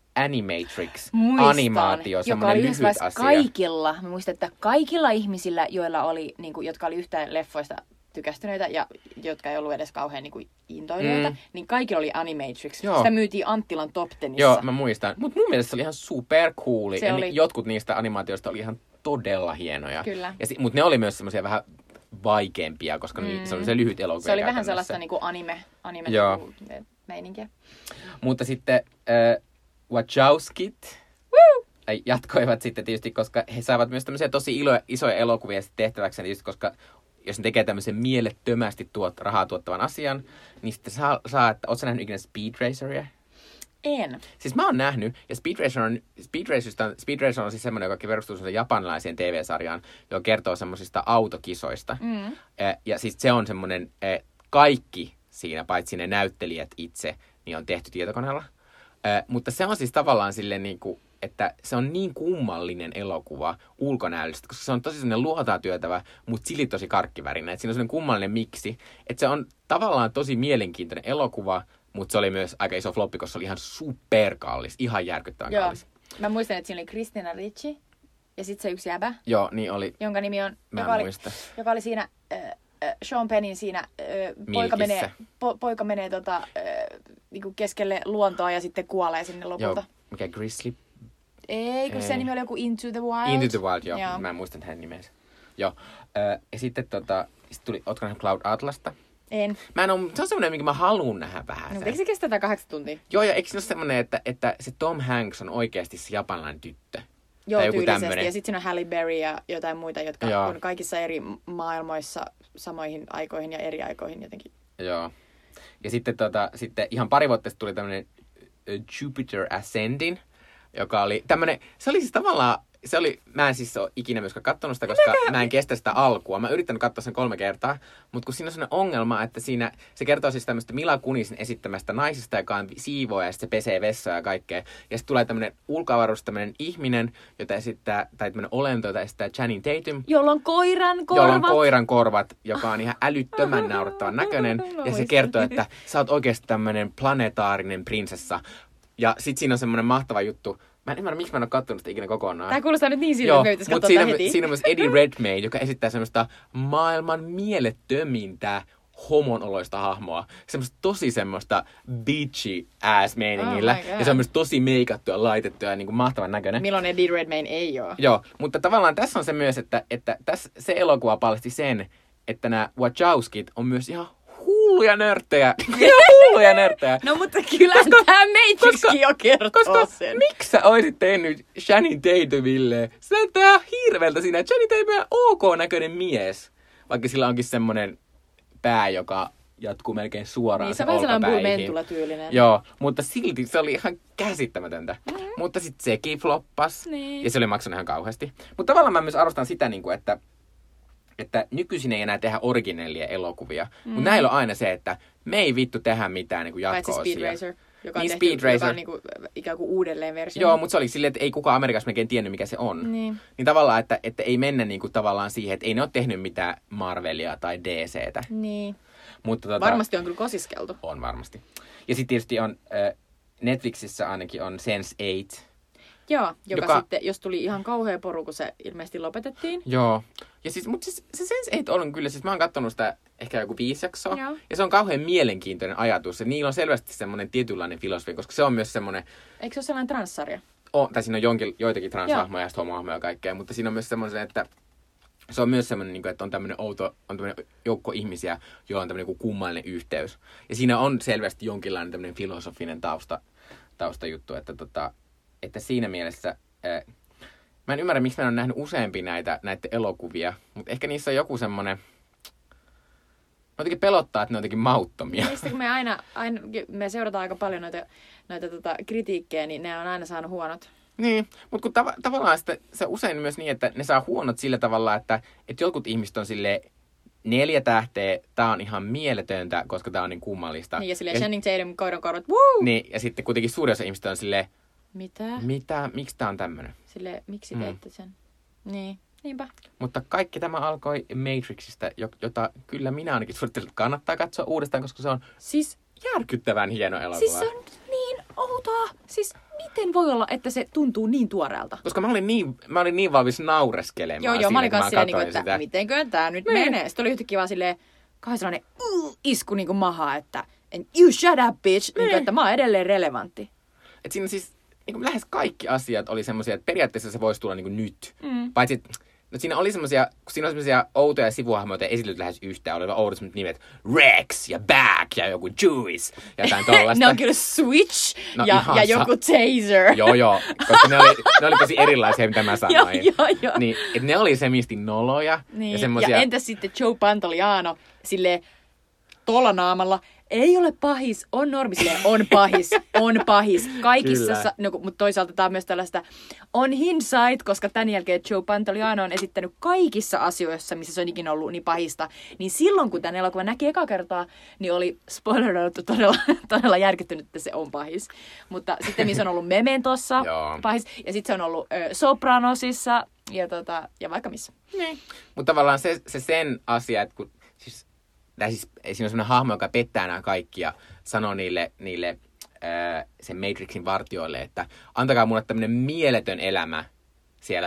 Animatrix-animaatio, semmoinen lyhyt asia. Kaikilla, mä muistan, että kaikilla ihmisillä, joilla oli, niin kuin, jotka oli yhtään leffoista tykästyneitä ja jotka ei ollut edes kauhean niin kuin intoilijoita, niin kaikilla oli Animatrix. Joo. Sitä myytiin Anttilan Top Tenissa. Joo, mä muistan. Mutta mun mielestä se oli ihan super cooli. Ja jotkut niistä animaatioista oli ihan todella hienoja. Kyllä. Mutta ne oli myös semmoisia vähän vaikeampia, koska se oli se lyhyt elokuva. Se oli vähän sellaista niinku anime meininkiä. Mutta sitten Wachowskit jatkoivat sitten tietysti, koska he saivat myös tämmöisiä tosi isoja elokuvia tehtäväkseen, tietysti koska jos ne tekee tämmöisen mielettömästi rahaa tuottavan asian, niin sitten saa että ootko sä nähnyt ikinä Speed Raceria? En. Siis mä oon nähnyt, ja Speed Racer on siis semmoinen, joka perustuu semmoiseen japanilaiseen TV-sarjaan, joka kertoo semmoisista autokisoista. Ja siis se on semmoinen, kaikki siinä, paitsi ne näyttelijät itse, niin on tehty tietokoneella. Mutta se on siis tavallaan silleen niinku, että se on niin kummallinen elokuva ulkonäöllisesti, koska se on tosi semmoinen luotaan työtävä, mutta silti tosi karkkivärinen. Siinä on semmoinen kummallinen miksi, että se on tavallaan tosi mielenkiintoinen elokuva, mutta se oli myös aika iso floppi, koska se oli ihan superkallis, ihan järkyttävän kallis. Mä muistan, että siinä oli Christina Ricci ja sitten se yksi jäbä. Joo, niin oli. Jonka nimi on, joka oli siinä Sean Pennin siinä, poika menee niinku keskelle luontoa ja sitten kuolee sinne lopulta. Joo, mikä Grizzly? Ei, kun sen nimi oli joku Into the Wild. Into the Wild, joo. Mä en muista hänen nimensä. Joo. Ja sitten ootko nähnyt Cloud Atlasta? En. Se on semmoinen, minkä mä haluun nähdä vähän. No, eikö se kestä 8 tuntia? Joo, ja eikö se ole semmoinen, että se Tom Hanks on oikeasti se japanilainen tyttö? Joo, tyylisesti. Tämmönen. Ja sitten siinä on Halle Berry ja jotain muita, jotka on kaikissa eri maailmoissa samoihin aikoihin ja eri aikoihin jotenkin. Joo. Ja sitten, sitten ihan pari vuotta sitten tuli tämmöinen Jupiter Ascending, joka oli tämmöinen, se oli siis tavallaan mä en siis ole ikinä myöskään katsonut sitä, koska mä en kestä sitä alkua. Mä oon yrittänyt katsoa sen 3 kertaa, mutta kun siinä on sellainen ongelma, että siinä se kertoo siis tämmöistä Mila Kunisin esittämästä naisesta, joka on siivooja ja sitten se pesee vessaa ja kaikkea. Ja sitten tulee tämmöinen ulkoavaruudesta tämmöinen ihminen, jota esittää, tai tämmöinen olento, jota esittää Channing Tatum. Jolla on koiran korvat. Jolla on koiran korvat, joka on ihan älyttömän naurettavan näköinen. Ja se kertoo, että sä oot oikeasti tämmöinen planetaarinen prinsessa. Ja sit siinä on semmoinen mahtava juttu. Mä en ymmärrä, miksi mä en ole kattonut sitä ikinä kokonaan. Tää kuulostaa nyt niin siltä, että me pitäisi katsoa siinä, heti. siinä on myös Eddie Redmayne, joka esittää semmoista maailman mielettömintä homonoloista hahmoa. Semmoista tosi semmoista bitchy ass meiningillä. Ja se on myös tosi meikattu ja laitettu ja niin kuin mahtavan näköinen. Milloin Eddie Redmayne ei oo. Joo, mutta tavallaan tässä on se myös, että tässä se elokuva paljasti sen, että nämä Wachowskit on myös ihan hulluja nörttejä. Hulluja nörttejä. No mutta kyllä tämä Matrixkin jo kertoo sen. Miksi sä oisit tehnyt Channing Tatumille? Se näyttää hirveältä siinä. Channing Tatum on ok-näköinen mies. Vaikka sillä onkin semmonen pää, joka jatkuu melkein suoraan niin, se olkapäihin. Niin, se on vähän sellainen Bull-Mentula-tyylinen. Joo, mutta silti se oli ihan käsittämätöntä. Mutta sitten sekin floppas. Niin. Ja se oli maksanut ihan kauheasti. Mutta tavallaan mä myös arvostan sitä, että nykyisin ei enää tehdä originellia elokuvia. Mutta näillä on aina se, että me ei vittu tehdä mitään niin jatko-osia. Paitsi Speed Racer, joka on niin, tehty, Speed Racer. joka on niin kuin, ikään kuin uudelleen versio. Joo, mutta se oli silleen, että ei kukaan Amerikassa melkein tiennyt, mikä se on. Niin tavallaan, että ei mennä niin kuin tavallaan siihen, että ei ne ole tehnyt mitään Marvelia tai DCtä. Niin. Mutta varmasti on kyllä kosiskeltu. On varmasti. Ja sitten tietysti on Netflixissä ainakin on Sense8. Joo, joka sitten, jos tuli ihan kauhea poru, kun se ilmeisesti lopetettiin. Joo. Ja siis, mutta siis, se Sense8 on kyllä, siis mä oon katsonut sitä ehkä joku 5 jaksoa. Joo. Ja se on kauhean mielenkiintoinen ajatus. Ja niillä on selvästi semmoinen tietynlainen filosofia, koska se on myös semmoinen... Eikö se ole sellainen transsarja? Tai siinä on joitakin transhahmoja ja homohahmoja ja kaikkea, mutta siinä on myös semmoinen, että se on myös semmoinen, että on tämmöinen outo, on tämmöinen joukko ihmisiä, joilla on tämmöinen kummallinen yhteys. Ja siinä on selvästi jonkinlainen tämmöinen filosofinen taustajuttu, että siinä mielessä... Mä en ymmärrä, miksi mä en ole nähnyt useampia näitä elokuvia, mutta ehkä niissä on joku semmoinen... Jotenkin pelottaa, että ne on jotenkin mauttomia. Niistä kun me seurataan aika paljon noita kritiikkejä, niin ne on aina saanut huonot. Niin, mutta kun tavallaan se usein myös niin, että ne saa huonot sillä tavalla, että jotkut ihmiset on silleen 4 tähteä, tää on ihan mieletöntä, koska tää on niin kummallista. Niin, ja silleen Channing Tatum, koiran korvat, woo! Niin, ja sitten kuitenkin suurin osa ihmistä on silleen, Mitä? Miksi tää on tämmönen? Silleen, miksi teitte sen? Niin, niinpä. Mutta kaikki tämä alkoi Matrixista, jota kyllä minä ainakin suosittelen, että kannattaa katsoa uudestaan, koska se on siis järkyttävän hieno elokuva. Siis se on niin outoa. Siis miten voi olla, että se tuntuu niin tuoreelta? Koska mä olin niin valmis naureskelemaan. Joo, mä olin kanssa silleen, että mitenkö tää nyt menee. Sitten oli yhtäkkiä vaan silleen, kauhean sellainen isku niin kuin mahaa, että you shut up bitch, niin kuin, että mä oon edelleen relevantti. Et siinä siis niin kuin lähes kaikki asiat oli semmoisia, että periaatteessa se voisi tulla niin kuin nyt. Paitsi, no siinä oli semmoisia outoja sivuhahmoja, joita ei esitelty lähes yhtään. Oli oudot semmoiset nimet Rex ja Back ja joku Juice ja jotain tollaista. Ne on kyllä Switch ja joku Taser. Joo, koska ne oli tosi erilaisia, mitä mä sanoin. Joo. Niin, että ne oli semisti noloja. Niin. Ja semmosia... Ja entäs sitten Joe Pantoliano silleen tuolla naamalla. Ei ole pahis, on normi, silleen, on pahis. Kaikissa, no, mutta toisaalta tämä on myös tällaista on hindsight, koska tämän jälkeen Joe Pantoliano on esittänyt kaikissa asioissa, missä se on ikinä ollut niin pahista. Niin silloin, kun tämän elokuvan näki eka kertaa, niin oli spoileroitu todella järkyttynyt, että se on pahis. Mutta sitten missä on ollut Mementossa pahis, ja sitten se on ollut Sopranosissa, ja vaikka missä. Niin. Mutta tavallaan se sen asia, että kun... Siis siinä on sellainen hahmo, joka pettää nämä kaikki ja sanoo niille sen Matrixin vartijoille, että antakaa mulle tämmöinen mieletön elämä siellä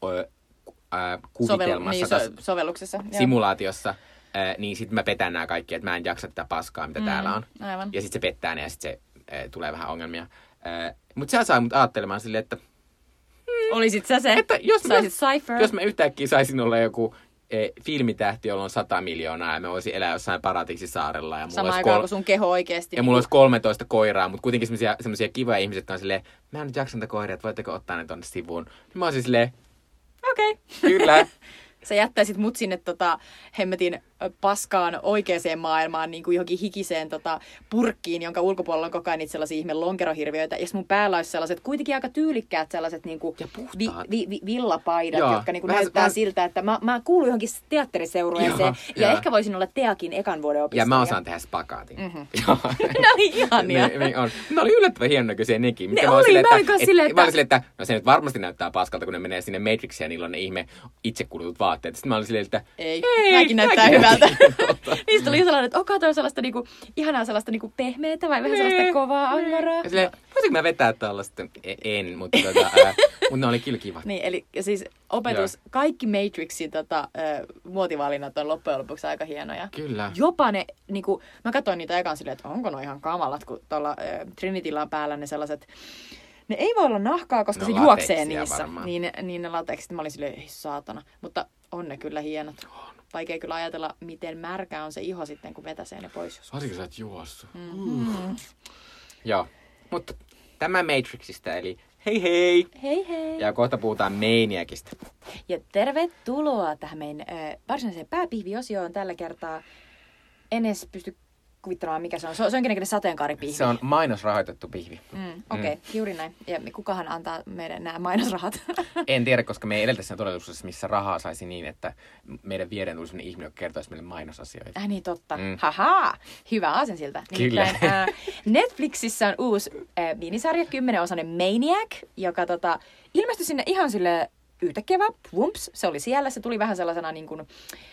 kuvitelmassa, sovelluksessa, simulaatiossa, niin sitten mä petän nämä kaikki, että mä en jaksa tätä paskaa, mitä täällä on. Aivan. Ja sitten se pettää ne ja sitten se tulee vähän ongelmia. Mutta se sai mut ajattelemaan silleen, että... Olisit sä se? Että saisit Cypher? Jos mä yhtäkkiä saisin olla joku... filmitähti, jolla on 100 miljoonaa ja me voisin elää jossain paratiisisaarella. Ja samaan aikaan kuin sun keho oikeasti. Ja mulla olisi 13 koiraa, mutta kuitenkin semmoisia kivoja ihmisiä, jotka on silleen, mä en nyt jaksa niitä koiria, että voitteko ottaa ne tonne sivuun. Niin mä olisin silleen, okei. Kyllä. sä jättäisit mut sinne hemmetin paskaan oikeaan maailmaan, niin kuin johonkin hikiseen purkkiin, jonka ulkopuolella on koko ajan niitä sellaisia ihme lonkerohirviöitä. Ja mun päällä olisi sellaiset kuitenkin aika tyylikkäät sellaiset niin kuin villapaidat, jotka niin kuin näyttää siltä, että mä kuulun johonkin teatteriseurueeseen. Ja ehkä voisin olla Teakin ekan vuoden opiskelija. Ja mä osaan tehdä spakaatin. Ne oli ihania. Ne oli yllättävän hienonäköisiä nekin. Ne oli, mä olin silleen, että no se nyt varmasti näyttää paskalta, kun ne menee sinne Matrixiin ja niillä on ne ihme itsekulutut vaatteet. Sitten mä olin silleen, että ei mäkin näyttää hyvältä. Niistä oli sellainen, että toi sellaista niinku, ihanaa sellaista niinku pehmeätä vai vähän sellaista kovaa angaraa. Ja silleen, voisinko mä vetää tällaista? En, mutta ne oli kyllä kivat. Niin, eli siis opetus, kaikki Matrixin muotivalinnat on loppujen lopuksi aika hienoja. Kyllä. Jopa ne, niinku, mä katsoin niitä ekan silleen, että onko ne ihan kamalat, kun tuolla Trinityllä on päällä ne sellaiset. Ne ei voi olla nahkaa, koska se juoksee niissä. Niin ne lateksit. Mä olin silleen, ei saatana. Mutta on ne kyllä hienot. Vaikea kyllä ajatella, miten märkä on se iho sitten, kun vetäsee ne pois. Varsinkin sä et juossut. Joo, mutta tämä Matrixista, eli hei hei! Hei hei! Ja kohta puhutaan Maniacista. Ja tervetuloa tähän meidän varsinaiseen pääpihviosioon tällä kertaa. En edes pysty kuvittamaan, mikä se on. Se on jonkinlainen sateenkaaripihvi. Se on mainosrahoitettu pihvi. Okei, juuri näin. Ja kukahan antaa meidän nämä mainosrahat? En tiedä, koska me ei eletä siinä todellisuudessa, missä rahaa saisi niin, että meidän viereen tulisi sellainen ihminen, joka kertoisi meille mainosasioita. Niin totta. Haha, hyvä aasensilta. Kyllä. Netflixissä on uusi minisarja, 10-osainen Maniac, joka ilmestyi sinne ihan sille yhtäkkiä vaan, wumps, se oli siellä. Se tuli vähän sellaisena niin kuin,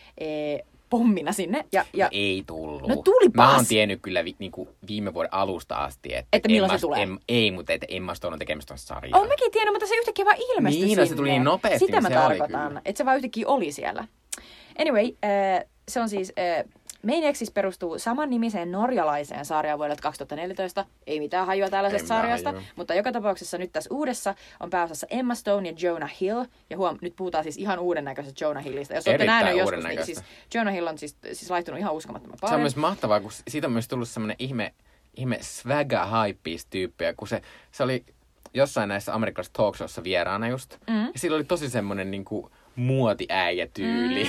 pommina sinne. Ja ei tullut. No tulipas. Mä oon tiennyt kyllä niinku viime vuoden alusta asti, että milloin se tulee. Ei, mutta Emma Stone on tekemässä tuossa sarjaa. Oon mäkin tiennyt, mutta se yhtäkkiä vaan ilmestyi niin, sinne. Se tuli niin nopeasti. Sitä niin mä se tarkoitan. Että se vaan yhtäkkiä oli siellä. Anyway, se on siis... Maniac siis perustuu saman nimiseen norjalaiseen sarjaan vuodelta 2014. Ei mitään hajua tällaisesta sarjasta, mutta joka tapauksessa nyt tässä uudessa on pääosassa Emma Stone ja Jonah Hill. Ja nyt puhutaan siis ihan uuden näköisestä Jonah Hillistä. Jos olette nähnyt joskus, niin siis Jonah Hill on siis laittunut ihan uskomattoman paljon. Se on myös mahtavaa, kun siitä on myös tullut semmoinen ihme swagger-hypebeast-tyyppi, kun se oli jossain näissä amerikkalaisissa talkshowissa vieraana just. Ja sillä oli tosi semmoinen niinku muotiäijä-tyyli.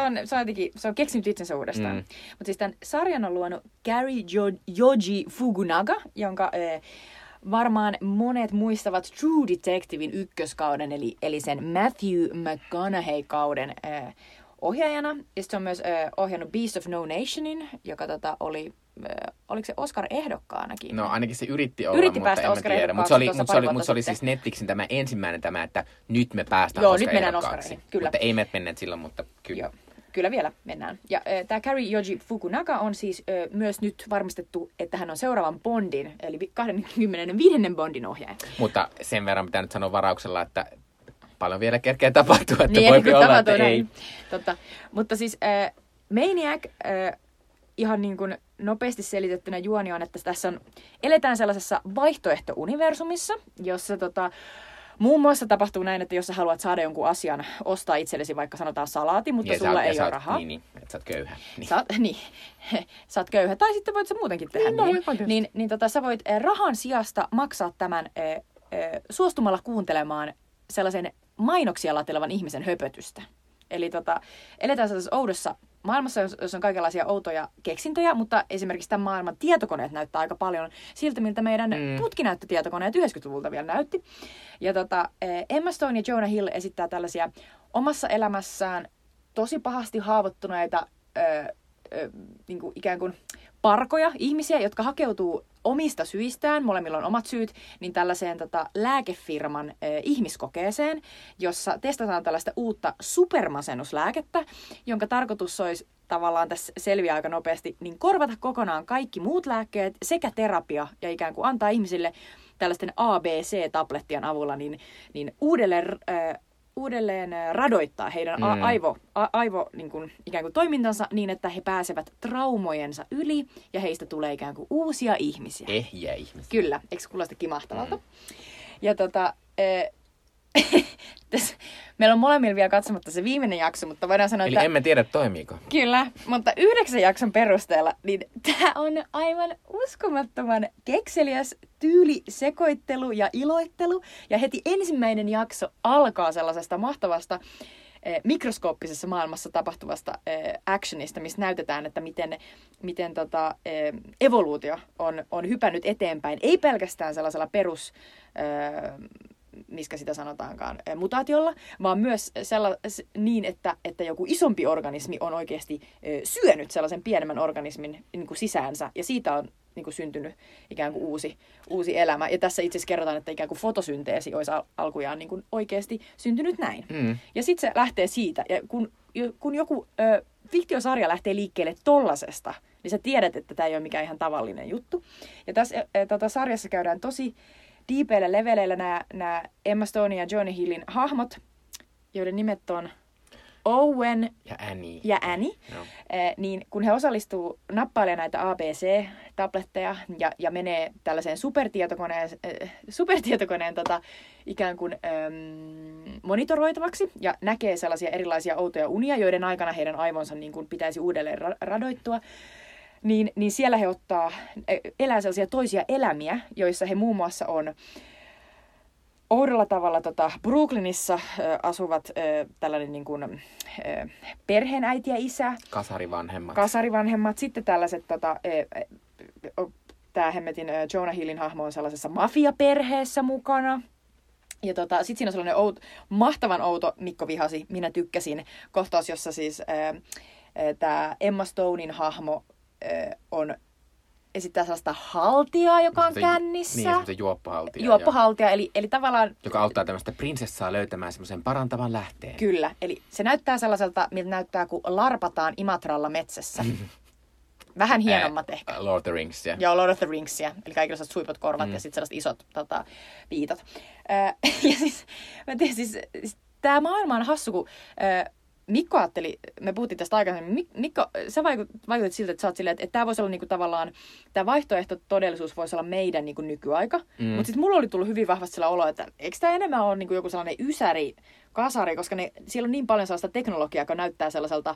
Se on keksinyt itsensä uudestaan. Mutta siis tämän sarjan on luonut Gary Yoji Fukunaga, jonka varmaan monet muistavat True Detectivein ykköskauden, eli sen Matthew McConaughey-kauden ohjaajana. Ja se on myös ohjannut Beast of No Nationin, joka oli... oliko se Oscar-ehdokkaanakin? No ainakin se yritti olla, mutta en tiedä. Mutta se oli siis Netflixin tämä ensimmäinen että nyt me päästään Oscar-ehdokkaaksi. Kyllä. Mutta ei me menneet silloin, mutta kyllä. Joo. Kyllä vielä mennään. Ja tämä Gary Yoji Fukunaga on siis myös nyt varmistettu, että hän on seuraavan Bondin, eli 25. Bondin ohjaaja. Mutta sen verran pitää nyt sanoa varauksella, että paljon vielä kerkeä tapahtua, että niin, voi olla, että ei. Totta. Mutta siis Maniac... ihan niin kuin nopeasti selitettynä juoni on, että tässä eletään sellaisessa vaihtoehto-universumissa, jossa muun muassa tapahtuu näin, että jos sä haluat saada jonkun asian, ostaa itsellesi vaikka sanotaan salaati, mutta sulla ei ole rahaa. Niin, että sä oot köyhä. Niin. Sä oot köyhä. Tai sitten voit sä muutenkin tehdä niin. Sä voit rahan sijasta maksaa tämän suostumalla kuuntelemaan sellaisen mainoksia latelevan ihmisen höpötystä. Eli eletään sellaisessa oudossa maailmassa, jossa on kaikenlaisia outoja keksintöjä, mutta esimerkiksi tämän maailman tietokoneet näyttää aika paljon siltä, miltä meidän putkinäyttötietokoneet 90-luvulta vielä näytti. Ja Emma Stone ja Jonah Hill esittää tällaisia omassa elämässään tosi pahasti haavoittuneita niin kuin ikään kuin parkoja, ihmisiä, jotka hakeutuu omista syistään, molemmilla on omat syyt, niin tällaiseen lääkefirman ihmiskokeeseen, jossa testataan tällaista uutta supermasennuslääkettä, jonka tarkoitus olisi tavallaan tässä selviää aika nopeasti, niin korvata kokonaan kaikki muut lääkkeet sekä terapia ja ikään kuin antaa ihmisille tällaisten ABC-tablettien avulla niin uudelleen radoittaa heidän aivo niin kuin, ikään kuin toimintansa niin, että he pääsevät traumojensa yli ja heistä tulee ikään kuin uusia ihmisiä. Ehjiä ihmisiä. Kyllä, eikö kuulosta kimahtavalta? Ja meillä on molemmilla vielä katsomatta se viimeinen jakso, mutta voidaan sanoa, eli emme tiedä, toimiiko. Kyllä, mutta 9 jakson perusteella, niin tämä on aivan uskomattoman kekseliäs tyylisekoittelu ja iloittelu. Ja heti ensimmäinen jakso alkaa sellaisesta mahtavasta mikroskooppisessa maailmassa tapahtuvasta actionista, missä näytetään, että miten evoluutio on hypännyt eteenpäin. Ei pelkästään sellaisella miskä sitä sanotaankaan, mutaatiolla, vaan myös niin, että joku isompi organismi on oikeasti syönyt sellaisen pienemmän organismin niin kuin sisäänsä, ja siitä on niin kuin syntynyt ikään kuin uusi elämä. Ja tässä itse asiassa kerrotaan, että ikään kuin fotosynteesi olisi alkujaan niin kuin oikeasti syntynyt näin. Ja sitten se lähtee siitä, ja kun joku fiktiosarja lähtee liikkeelle tollasesta, niin sä tiedät, että tämä ei ole mikään ihan tavallinen juttu. Ja tässä sarjassa käydään tosi diipeillä leveleillä nämä Emma Stone ja Jonah Hillin hahmot, joiden nimet on Owen ja Annie. No. Niin kun he osallistuu nappailemaan näitä ABC-tabletteja ja menee tällaiseen supertietokoneen ikään kuin monitoroitavaksi ja näkee sellaisia erilaisia outoja unia, joiden aikana heidän aivonsa niin kuin pitäisi uudelleen radoittua, niin siellä he elää sellaisia toisia elämiä, joissa he muun muassa on oudolla tavalla Brooklynissa asuvat tällainen niin kuin, perheenäiti ja isä. Kasarivanhemmat. Sitten tällaiset, tämä hemmetin Jonah Hillin hahmo on sellaisessa mafiaperheessä mukana. Ja sitten siinä on sellainen mahtavan outo, Mikko vihasi, minä tykkäsin, kohtaus, jossa siis tämä Emma Stonein hahmo esittää sellaista haltijaa, joka on kännissä. Niin, semmoisen juoppohaltija, eli tavallaan... Joka auttaa tämmöistä prinsessaa löytämään semmoisen parantavan lähteen. Kyllä, eli se näyttää sellaiselta, miltä näyttää, kun larpataan Imatralla metsässä. Vähän hienommat ehkä. Lord of the Ringsia. Joo, Lord of the Ringsia. Eli kaikilla sellaiset suipot korvat ja sitten sellaiset isot piitot. Ja siis, mä tiedän, siis tämä maailma on hassu, kun... Mikko ajatteli, me puhuttiin tästä aikaisemmin, Mikko, sä vaikutit siltä, että sä oot silleen, että tämä voisi olla niinku tavallaan, tämä vaihtoehto todellisuus voisi olla meidän niinku nykyaika. Mutta sitten mulla oli tullut hyvin vahvasti sillä olo, että eikö tämä enemmän ole niinku joku sellainen kasari, koska siellä on niin paljon sellaista teknologiaa, joka näyttää sellaiselta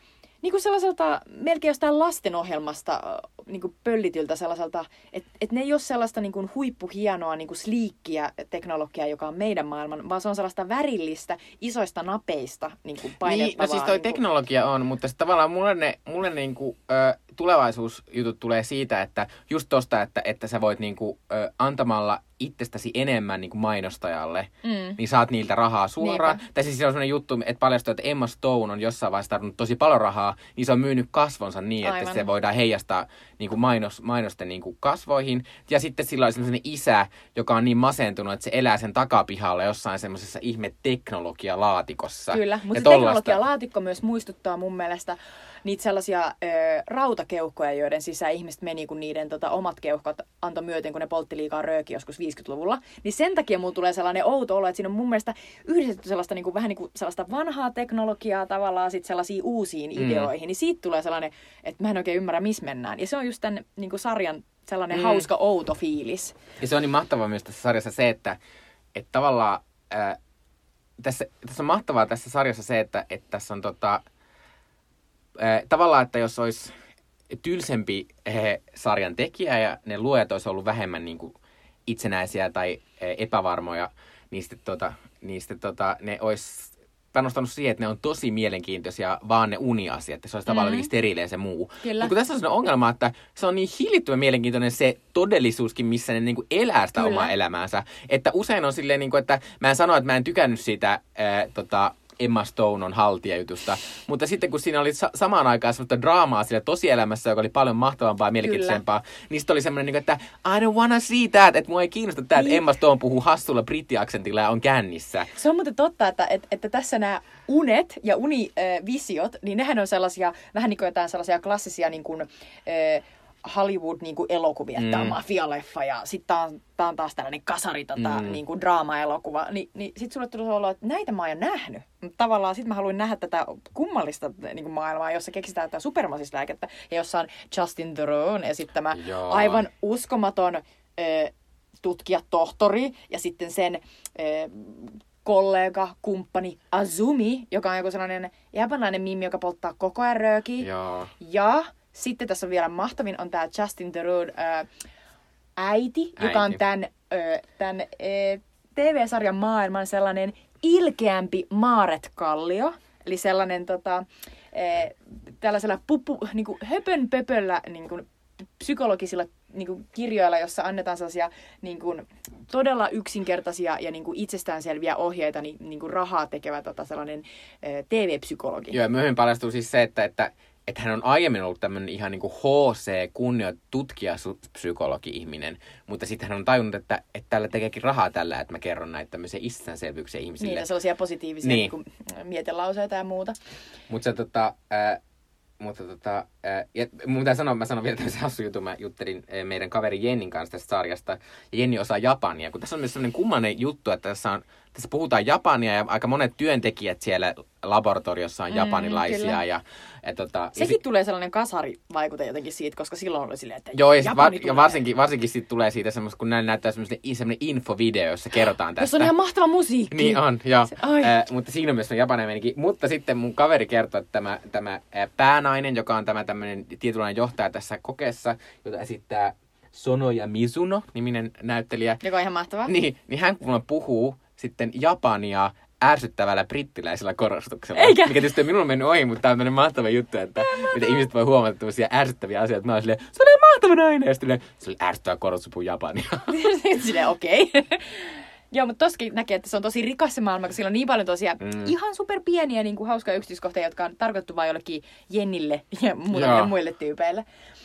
melkein jostain lastenohjelmasta niinku pöllityltä sellaiselta, että ne ei ole sellaista niinku huippuhienoa niinku sliikkiä teknologiaa, joka on meidän maailman, vaan se on sellaista värillistä, isoista napeista niinku painettavaa. Niin, no siis toi teknologia on, mutta tavallaan mulle niinku, tulevaisuusjutut tulee siitä, että just tosta, että sä voit niinku, antamalla itsestäsi enemmän niin kuin mainostajalle, niin saat niiltä rahaa suoraan. Niinpä. Tai siis siinä on sellainen juttu, että paljastuu, että Emma Stone on jossain vaiheessa tarvinnut tosi paljon rahaa, niin se on myynyt kasvonsa niin, että Aivan. se voidaan heijastaa niin kuin mainosten niin kuin kasvoihin. Ja sitten sillä on sellainen isä, joka on niin masentunut, että se elää sen takapihalla jossain semmoisessa ihme teknologialaatikossa. Kyllä, mutta se teknologialaatikko myös muistuttaa mun mielestä niitä sellaisia rautakeuhkoja, joiden sisään ihmiset meni, kun niiden omat keuhkot antoi myöten, kun ne poltti liikaa röökiä joskus 50-luvulla. Niin sen takia mulla tulee sellainen outo olo, että siinä on mun mielestä yhdistetty sellaista niin kuin, vähän niin kuin sellaista vanhaa teknologiaa tavallaan sitten sellaisiin uusiin ideoihin. Niin siitä tulee sellainen, että mä en oikein ymmärrä, missä mennään. Ja se on just tämän niin kuin sarjan sellainen hauska, outo fiilis. Ja se on niin mahtavaa myös tässä sarjassa se, että tavallaan tässä on mahtavaa tässä sarjassa se, että tässä on tavallaan, että jos olisi tylsempi sarjan tekijä ja ne luojat olisi ollut vähemmän niin kuin itsenäisiä tai epävarmoja, niin sitten ne olisi panostanut siihen, että ne on tosi mielenkiintoisia, vaan ne uniasiat, että se olisi tavallaan steriileä se muu. Mutta kun tässä on sellainen ongelma, että se on niin hillittömän mielenkiintoinen se todellisuuskin, missä ne niin kuin elää sitä omaa elämäänsä. Että usein on silleen, niin kuin, että mä en sano, että mä en tykännyt siitä Emma Stone on haltijajutusta. Mutta sitten kun siinä oli samaan aikaan semmoista draamaa sillä tosielämässä, joka oli paljon mahtavampaa ja mielenkiintoisempaa, niin sitten oli semmoinen, että I don't wanna see that, että mua ei kiinnosta tämä, että Emma Stone puhuu hassulla brittiaksentilla ja on kännissä. Se on muuten totta, että tässä nämä unet ja univisiot, niin nehän on sellaisia, vähän niin kuin jotain sellaisia klassisia niin kuin, Hollywood-elokuvia, että tämä on mafialeffa ja sitten tämä on taas tällainen kasari niinku draama-elokuva. Niin sitten sulle tuli olo, että näitä mä oon jo nähnyt. Mutta tavallaan sitten mä haluin nähdä tätä kummallista niinku maailmaa, jossa keksitään tätä supermasislääkettä ja jossa on Justin Theroux esittämä aivan uskomaton tutkija-tohtori ja sitten sen kollega, kumppani Azumi, joka on joku sellainen japanilainen mimmi, joka polttaa koko ajan röökiä. Ja sitten tässä on vielä mahtavin on tämä Justin Theroux äiti, joka on tämän TV-sarjan maailman sellainen ilkeämpi Maaret Kallio, eli sellainen tällaisella niinku höpönpöpöllä niinku psykologisilla niinku kirjoilla, jossa annetaan sellaisia niinku todella yksinkertaisia ja niinku itsestäänselviä ohjeita niinku rahaa tekevä sellainen TV-psykologi. Joo, ja myöhemmin paljastuu siis se, että hän on aiemmin ollut tämmöinen ihan niin kuin HC-kunnio tutkija-psykologi-ihminen, mutta sitten hän on tajunnut, että tällä tekeekin rahaa tällä, että mä kerron näitä tämmöisiä itsestäänselvyyksiä ihmisille. Niin, sellaisia positiivisia niin kuin mietelauseita ja muuta. Mutta mä sanon vielä tämmöisen hassun jutun. Mä juttelin meidän kaveri Jennin kanssa tästä sarjasta, ja Jenni osaa japania, kun tässä on myös sellainen kummainen juttu, että tässä puhutaan japania, ja aika monet työntekijät siellä laboratoriossa on japanilaisia. Sekin tulee sellainen kasarivaikute jotenkin siitä, koska silloin oli silleen, että joo, ja varsinkin siitä tulee siitä semmoista, kun näin näyttää semmoinen infovideo, jossa kerrotaan tästä. Jossa on ihan mahtava musiikki. Niin on, joo. Mutta siinä on myös japanen meininki. Mutta sitten mun kaveri kertoi, että tämä päänainen, joka on tämä tämmöinen tietynlainen johtaja tässä kokeessa, jota esittää Sonoya Mizuno, niminen näyttelijä. Joka on ihan mahtavaa. Niin hän kun puhuu sitten japania ärsyttävällä brittiläisellä korostuksella. Eikä? Mikä tietysti minulla on mennyt ohi, mutta tämä on tämmöinen mahtava juttu, että miten ihmiset voi huomata tämmöisiä ärsyttäviä asioita. Mä oon silleen, se oli mahtava nainen. Ja sitten se oli ärsyttävä korostus puhuu japania. Silleen okei. Joo, mutta tossakin näkee, että se on tosi rikas se maailma, kun sillä on niin paljon tosiaan ihan superpieniä niin kuin hauskoja yksityiskohtia, jotka on tarkoitettu vain jollekin Jennille ja muutamille muille tyypeille.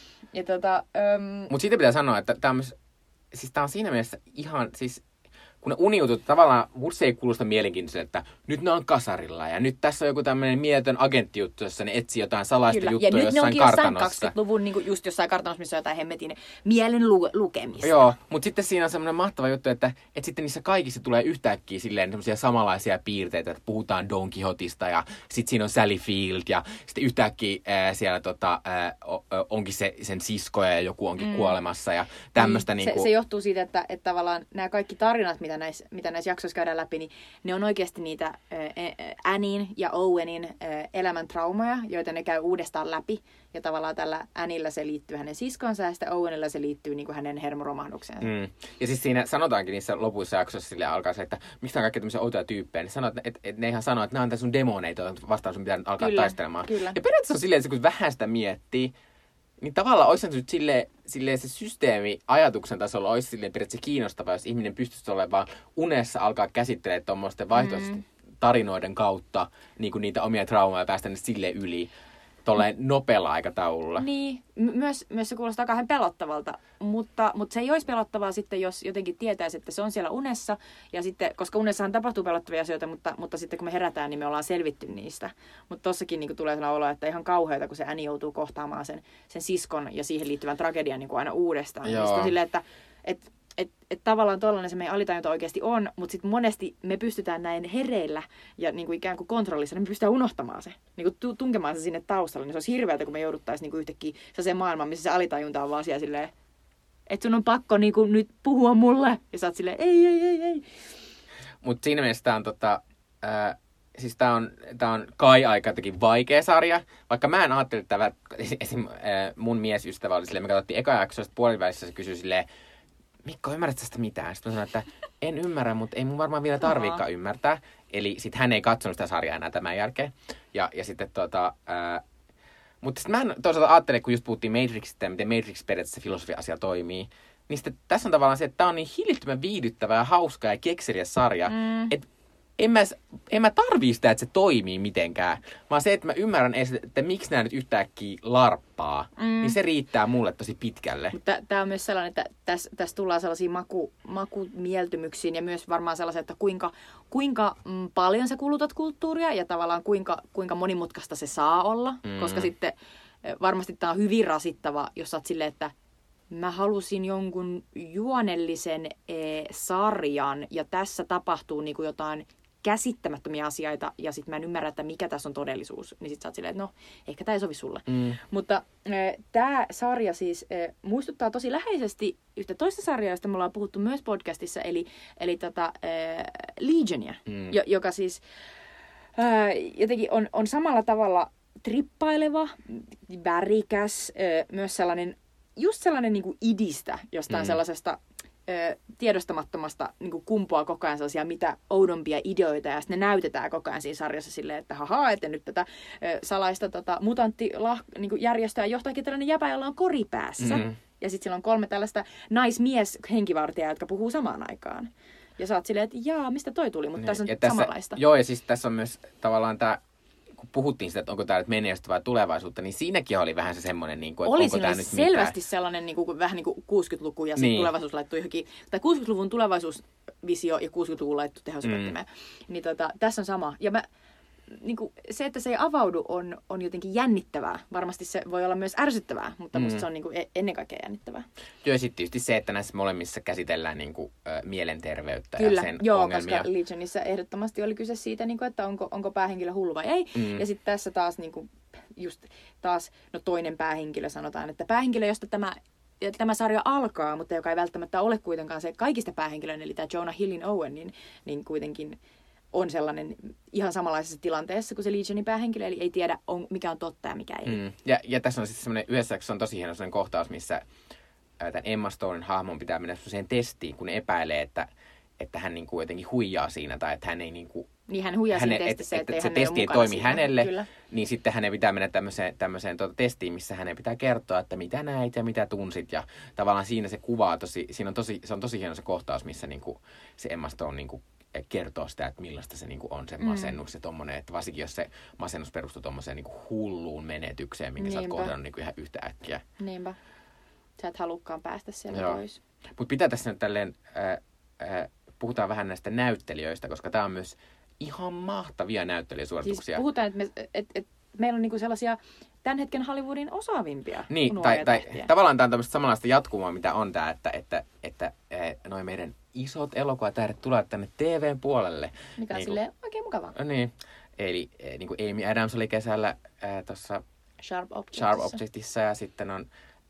Mutta siitä pitää sanoa, että tämä on siinä mielessä ihan, siis kun ne unijutut tavallaan, musta ei kuulosta mielenkiintoista, että nyt ne on kasarilla ja nyt tässä on joku tämmöinen mieletön agenttijuttu, jossa ne etsii jotain salaista juttua jossain kartanossa. Ja nyt ne onkin 20-luvun niin just jossain kartanossa, missä on jotain hemmetin mielen lukemista. Joo, mutta sitten siinä on semmoinen mahtava juttu, että sitten niissä kaikissa tulee yhtäkkiä silleen semmoisia samanlaisia piirteitä, että puhutaan Don Quixotista ja sitten siinä on Sally Field ja sitten yhtäkkiä siellä onkin sen sisko ja joku onkin kuolemassa ja tämmöistä. Se johtuu siitä, että tavallaan nämä kaikki tarinat, mitä näissä jaksoissa käydään läpi, niin ne on oikeasti niitä Annin ja Owenin elämän traumaja, joita ne käy uudestaan läpi. Ja tavallaan tällä Annilla se liittyy hänen siskonsa ja sitten Owenilla se liittyy niin kuin hänen hermoromahdukseensa. Ja siis siinä sanotaankin niissä lopuissa jaksoissa sille alkaa se, että miksi on kaikki tämmöisiä outoja tyyppejä. Niin sanoo, että ne ihan sanoo, että nämä on tässä sun demoneita, vastaan sun pitää alkaa taistelemaan. Kyllä. Ja periaatteessa on silleen, että kun vähän sitä miettii, niin tavallaan olisi nyt silleen se systeemi ajatuksen tasolla olisi silleen periaatteessa kiinnostavaa, jos ihminen pystyisi olemaan unessa alkaa käsittelemään tuommoisten vaihtoehtoisten tarinoiden kautta niin kuin niitä omia traumaa ja päästä ne silleen yli tolleen nopealla aikataululla. Niin, myös se kuulostaa kauhean pelottavalta, mutta se ei olisi pelottavaa sitten, jos jotenkin tietäisi, että se on siellä unessa, ja sitten, koska unessahan tapahtuu pelottavia asioita, mutta sitten kun me herätään, niin me ollaan selvitty niistä. Mutta tossakin niin tulee sellainen olo, että ihan kauheata, kun se Annie joutuu kohtaamaan sen siskon ja siihen liittyvän tragedian niin kuin aina uudestaan. Joo. Sitten silleen, että tavallaan tollainen se meidän alitajunta oikeasti on, mutta sitten monesti me pystytään näin hereillä ja niin kuin ikään kuin kontrollissa, niin me pystytään unohtamaan se, niin kuin tunkemaan se sinne taustalle. Niin se olisi hirveältä, kun me jouduttaisiin niin kuin yhtäkkiä sellaiseen maailmaan, missä se alitajunta on vaan siellä silleen, että sun on pakko niin kuin nyt puhua mulle. Ja sä oot silleen, ei. Mutta siinä mielessä tää on siis tää on kai aika jotenkin vaikea sarja, vaikka mä en ajattele, että esim. Mun miesystävä oli silleen, me katsottiin eka jaksosta puolivälissä, se kysyi silleen, Mikko, ymmärrät tästä mitään? Sitten mä sanoin, että en ymmärrä, mutta ei mun varmaan vielä tarviikaan ymmärtää. Eli sit hän ei katsonut sitä sarjaa enää tämän jälkeen. Ja sitten mutta sitten mä toisaalta ajattelen, kun just puhuttiin Matrixista ja miten Matrix periaatteessa filosofia-asia toimii, niin sitten tässä on tavallaan se, että tää on niin hillittömän viihdyttävä ja hauska ja kekseliä sarja, että en mä tarvii sitä, että se toimii mitenkään, vaan se, että mä ymmärrän edes, että miksi nämä nyt yhtäkkiä larppaa, niin se riittää mulle tosi pitkälle. Mutta tämä on myös sellainen, että tässä tullaan sellaisiin makumieltymyksiin ja myös varmaan sellaisen, että kuinka paljon sä kulutat kulttuuria ja tavallaan kuinka monimutkaista se saa olla, koska sitten varmasti tämä on hyvin rasittava, jos sä oot silleen, että mä halusin jonkun juonellisen sarjan ja tässä tapahtuu niinku jotain käsittämättömiä asioita ja sit mä en ymmärrä, että mikä tässä on todellisuus. Niin sit sä oot silleen, että no, ehkä tää ei sovi sulle. Mutta tää sarja siis muistuttaa tosi läheisesti yhtä toista sarjaa, josta me ollaan puhuttu myös podcastissa, eli Legionia, joka siis jotenkin on samalla tavalla trippaileva, värikäs, myös sellainen just sellainen niin kuin idistä jostain sellaisesta tiedostamattomasta niin kuin kumpuaa koko ajan sellaisia mitä oudompia ideoita, ja sitten ne näytetään koko ajan siinä sarjassa silleen, että haha, että nyt tätä salaista mutanttajärjestöä johtaakin tällainen jäpä, jolla on kori päässä. Ja sitten siellä on 3 tällaista naismies-henkivartijaa, jotka puhuu samaan aikaan. Ja sä oot silleen, että jaa, mistä toi tuli, mutta tässä on samanlaista. Joo, ja siis tässä on myös tavallaan tämä, kun puhuttiin sitä, että onko tämä nyt menestyvää tulevaisuutta, niin siinäkin oli vähän se semmoinen, niin kuin, että onko tämä nyt selvästi mitään. sellainen niin kuin, vähän niin kuin 60-luku ja sitten tulevaisuus laittui johonkin, tai 60-luvun tulevaisuusvisio ja 60-luvun laittu tehoskattimeen. Niin tässä on sama. Ja niin kuin, se, että se ei avaudu, on jotenkin jännittävää. Varmasti se voi olla myös ärsyttävää, mutta musta se on niin kuin, ennen kaikkea jännittävää. Joo, ja sitten tietysti se, että näissä molemmissa käsitellään niin kuin, mielenterveyttä Kyllä, ja sen joo, ongelmia. koska Legionissa ehdottomasti oli kyse siitä, niin kuin, että onko päähenkilö hullu vai ei. Ja sitten tässä taas, niin kuin, toinen päähenkilö sanotaan, että päähenkilö, josta tämä sarja alkaa, mutta joka ei välttämättä ole kuitenkaan se kaikista päähenkilöön, eli tämä Jonah Hillin Owen, niin kuitenkin on sellainen ihan samanlaisessa tilanteessa kuin se Legionin päähenkilö, eli ei tiedä, mikä on totta ja mikä ei. Ja tässä on sitten semmoinen, yhdessä on tosi hieno sellainen kohtaus, missä tämän Emma Stonen hahmon pitää mennä semmoiseen testiin, kun ne epäilee, että hän niin kuin jotenkin huijaa siinä, tai että hän ei niin kuin... Niin hän huijaa siinä testissä, että se testi ei toimi hänelle, kyllä. Niin sitten hänen pitää mennä tämmöiseen testiin, missä hänen pitää kertoa, että mitä näit ja mitä tunsit. Ja tavallaan siinä se kuvaa se on tosi hieno se kohtaus, missä niin kuin se Emma Stone niin kuin kertoo sitä, että millaista se niinku on se masennus ja tommonen, että varsinkin jos se masennus perustuu tommoseen niinku hulluun menetykseen, minkä sä oot kohdannut niinku ihan yhtä äkkiä. Niinpä. Sä et halukkaan päästä sieltä pois. Mut pitää tässä nyt tälleen, puhutaan vähän näistä näyttelijöistä, koska tää on myös ihan mahtavia näyttelijäsuorituksia. Siis puhutaan, että meillä on niinku sellaisia tämän hetken Hollywoodin osaavimpia niin, tai tavallaan tämä on tämmöistä samanlaista jatkumoa, mitä on tämä, että noi meidän isot elokuvatähdet tulevat tänne TVn puolelle. Mikä on niin silleen oikein mukavaa. Niin, eli niin kuin Amy Adams oli kesällä tuossa Sharp Objectissa ja sitten on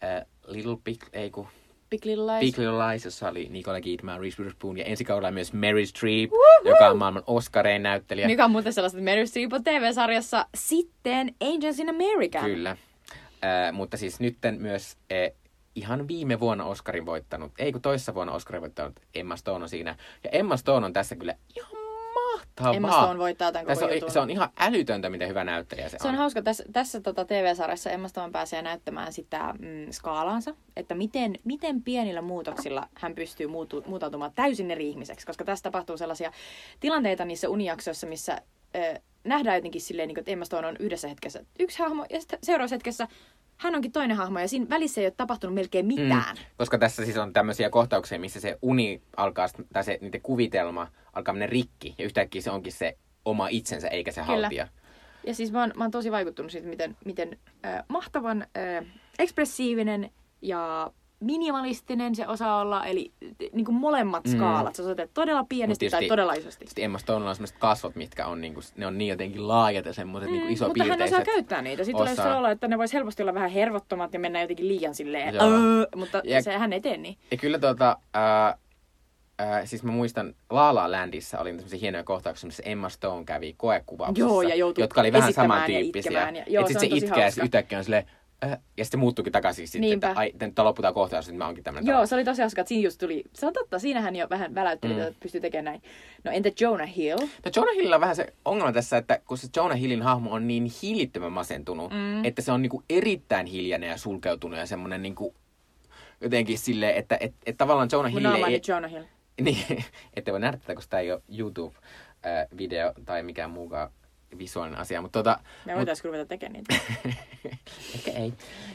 Big Little Lies, jossa oli Nicole Kidman, Reese Witherspoon ja ensi kaudella myös Meryl Streep, joka on maailman Oscarein näyttelijä. Mikä on muuten sellaista, että Meryl Streep on TV-sarjassa sitten Angels in America. Kyllä, mutta siis nytten myös ihan viime vuonna Oscarin voittanut, toissa vuonna Oscarin voittanut Emma Stone on siinä. Ja Emma Stone on tässä kyllä ihan mahtavaa. Emma Stone voittaa tämän koko jutun. Se on ihan älytöntä, miten hyvä näyttelijä se on. Se on hauska. Tässä TV-sarjassa Emma Stone pääsee näyttämään sitä skaalaansa, että miten pienillä muutoksilla hän pystyy muutautumaan täysin eri ihmiseksi. Koska tässä tapahtuu sellaisia tilanteita niissä unijaksoissa, missä nähdään jotenkin silleen, että Emma Stone on yhdessä hetkessä yksi hahmo ja seuraavassa hetkessä hän onkin toinen hahmo ja siinä välissä ei ole tapahtunut melkein mitään. Koska tässä siis on tämmöisiä kohtauksia, missä se uni alkaa, tai se niiden kuvitelma alkaa mennä rikki. Ja yhtäkkiä se onkin se oma itsensä, eikä se haltija. Ja siis mä oon tosi vaikuttunut siitä, miten mahtavan ekspressiivinen ja minimalistinen se osaa olla. Eli niin kuin molemmat skaalat. Sä osaat todella pienesti tai todella isosti. Sitten Emma Stonella on sellaiset kasvot, mitkä on, niinku, ne on niin jotenkin laajat ja semmoiset niinku isopiirteiset. Mutta hän osaa käyttää niitä. Sitten tulee se olla, että ne vois helposti olla vähän hervottomat ja mennä jotenkin liian silleen. Mutta hän ei tee niin. Ja kyllä siis mä muistan La La Landissa oli tämmöisiä hienoja kohtauksia, missä Emma Stone kävi koekuvauksessa, jotka oli vähän samantyyppisiä. Että sit se itkee ja yhtäkkiä on silleen, ja sitten muuttuukin takaisin sitten, että lopputaan kohtaus, että mä oonkin tämmöinen. Joo, se oli tosi hauska, että siinä just tuli, se on totta, siinähän jo vähän väläytteli, että pystyy tekemään näin. No entä Jonah Hill? No Jonah Hillillä on vähän se ongelma tässä, että kun se Jonah Hillin hahmo on niin hillittömän masentunut, että se on niinku erittäin hiljainen ja sulkeutunut ja semmoinen niinku jotenkin silleen, että tavallaan Jonah Hill ei... Jonah Hill. Niin, ette voi nähdä tätä, koska tämä ei ole YouTube-video tai mikään muukaan visuaalinen asia, mutta me voitaisiin ruveta tekemään niitä. Ehkä ei.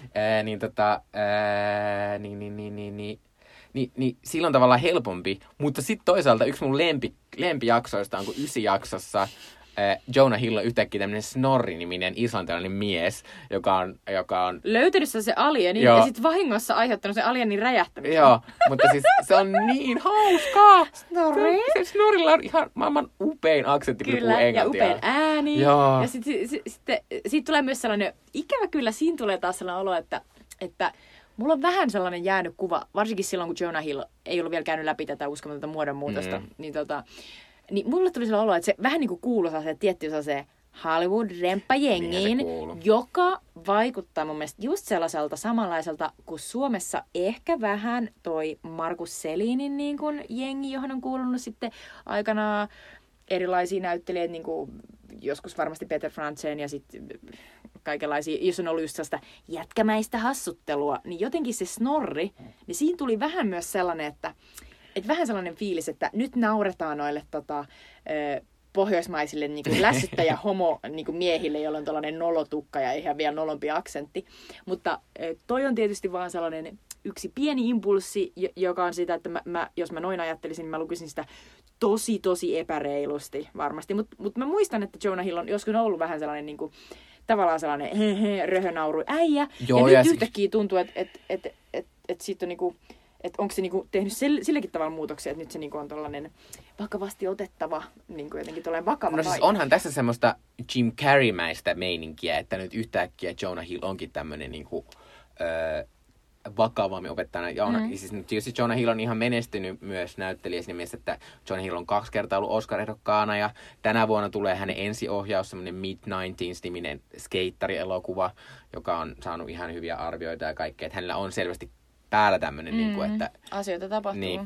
Niin silloin tavallaan helpompi, mutta sitten toisaalta yksi mun lempijaksoista on, kun 9 jaksossa Jonah Hill on yhtäkkiä tämmöinen Snorri-niminen islantilainen mies, joka on... löytänyt se alieni ja sitten vahingossa aiheuttanut se alienin räjähtämisen. Joo, mutta siis se on niin hauskaa. Snorri? Snorrilla on ihan maailman upein aksentti, kun puhuu englantia. Ja upein ääni. Joo. Ja sitten siitä tulee myös sellainen, ikävä kyllä siinä tulee taas sellainen olo, että mulla on vähän sellainen jäänyt kuva, varsinkin silloin kun Jonah Hill ei ollut vielä käynyt läpi tätä uskomatonta muodonmuutosta, niin mulle tuli sellainen olo, että se vähän niin kuin kuuluu se tietty se Hollywood-remppajengiin, Mihin se kuuluu? joka vaikuttaa mun mielestä just sellaiselta samanlaiselta kuin Suomessa ehkä vähän toi Markus Selinin niin kuin jengi, johon on kuulunut sitten aikanaan erilaisia näyttelijöitä, niin kuin joskus varmasti Peter Frantzen ja sitten kaikenlaisia, jos on ollut just sellaista jätkämäistä hassuttelua, niin jotenkin se Snorri, niin siinä tuli vähän myös sellainen, että vähän sellainen fiilis, että nyt nauretaan noille pohjoismaisille niin kuin lässyttäjä homo niin kuin miehille, joilla on tällainen nolotukka ja ihan vielä nolompi aksentti. Mutta toi on tietysti vaan sellainen yksi pieni impulssi, joka on sitä, että jos mä noin ajattelisin, niin mä lukisin sitä tosi epäreilusti varmasti. Mutta mä muistan, että Jonah Hill on joskus ollut vähän sellainen niin kuin, tavallaan sellainen röhönauru äijä. Joo, ja ja nyt yhtäkkiä tuntuu, että siitä on niinku, että onko se niinku tehnyt silläkin tavalla muutoksia, että nyt se niinku on tollainen vakavasti otettava, niinku jotenkin tollainen vakava No siis onhan tässä semmoista Jim Carrey-mäistä meininkiä, että nyt yhtäkkiä Jonah Hill onkin tämmönen niinku, vakavammin opettajana. Siis tietysti Jonah Hill on ihan menestynyt myös näyttelijä siinä mielessä, että Jonah Hill on 2 kertaa ollut Oscar-ehdokkaana ja tänä vuonna tulee hänen ensiohjaus, semmoinen Mid-90s-niminen skeittari-elokuva, joka on saanut ihan hyviä arvioita ja kaikkea. Että hänellä on selvästi päällä tämmöinen, niin kuin, että asioita tapahtuu. Niin.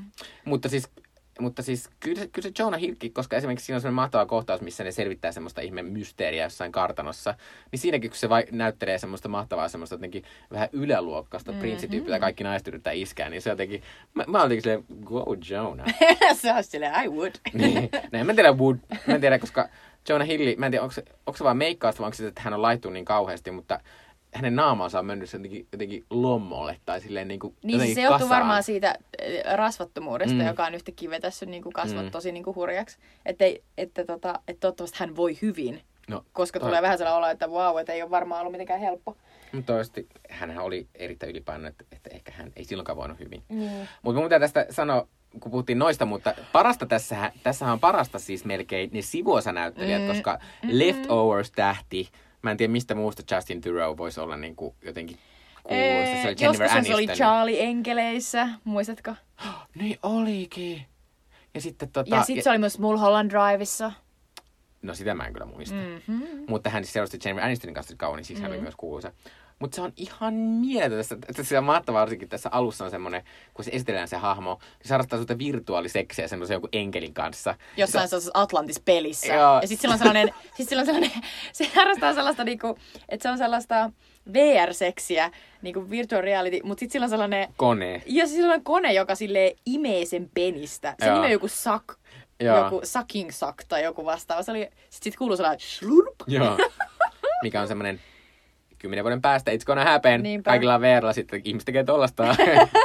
Mutta siis kyllä se Jonah Hillkin, koska esimerkiksi siinä on semmoinen mahtava kohtaus, missä ne selvittää semmoista ihme mysteeriä jossain kartanossa, niin siinäkin, kun se näyttelee semmoista mahtavaa, semmoista jotenkin vähän yläluokkaista prinssityyppiä, kaikki naiset yrittää iskää, niin se jotenkin, mä olin silleen, go Jonah. Se on silleen, I would. Niin, en mä tiedä, koska Jonah Hilli, mä en tiedä, onko se vaan meikkausta, vai onko se, että hän on laittunut niin kauheasti, mutta hänen naamansa on mennyt jotenkin lommolle tai silleen niin se johtuu varmaan siitä rasvattomuudesta, joka on yhtäkkiä vetässyt niin kasvot tosi niin hurjaksi. Että toivottavasti hän voi hyvin, koska tulee vähän sellainen olo, että vau, että ei ole varmaan ollut mitenkään helppo. Mutta toivottavasti hänhän oli erittäin ylipainoinen, että ehkä hän ei silloinkaan voinut hyvin. Mutta mun pitää tästä sanoa, kun puhuttiin noista, mutta parasta tässähän on parasta siis melkein ne sivuosanäyttelijät, koska Leftovers-tähti, mä en tiedä mistä muusta Justin Theroux voisi olla niin kuin jotenkin kuuluista. Se oli Jennifer Aniston. Se oli Charlie Enkeleissä, muistatko? Niin olikin. Ja sitten se oli myös Mulholland Driveissa. No sitä mä en kyllä muista. Mutta hän siis seurasti Jennifer Anistonin kanssa kauan, siksi hän oli myös kuuluisa. Mutta se on ihan mieletöntä. Se on mahtavaa varsinkin tässä alussa on semmoinen, kun se esitellään se hahmo, niin se harrastaa sellaista virtuaaliseksiä semmoisen jonkun enkelin kanssa. Jossain sellaisessa Atlantis-pelissä. Joo. Ja sitten sillä on sellainen, se harrastaa sellaista niinku, että se on sellaista VR-seksiä, niinku virtual reality, mutta sitten sillä on sellainen kone. Ja sillä on kone, joka silleen imee sen penistä. Se nimi on joku joku sucking suck tai joku vastaava. Se oli, sit kuuluu sellainen slurp. Joo. Mikä on semmoinen 10 vuoden päästä, it's gonna happen. Niinpä. Kaikilla on VR-llä sitten, ihmiset tekee tollasta.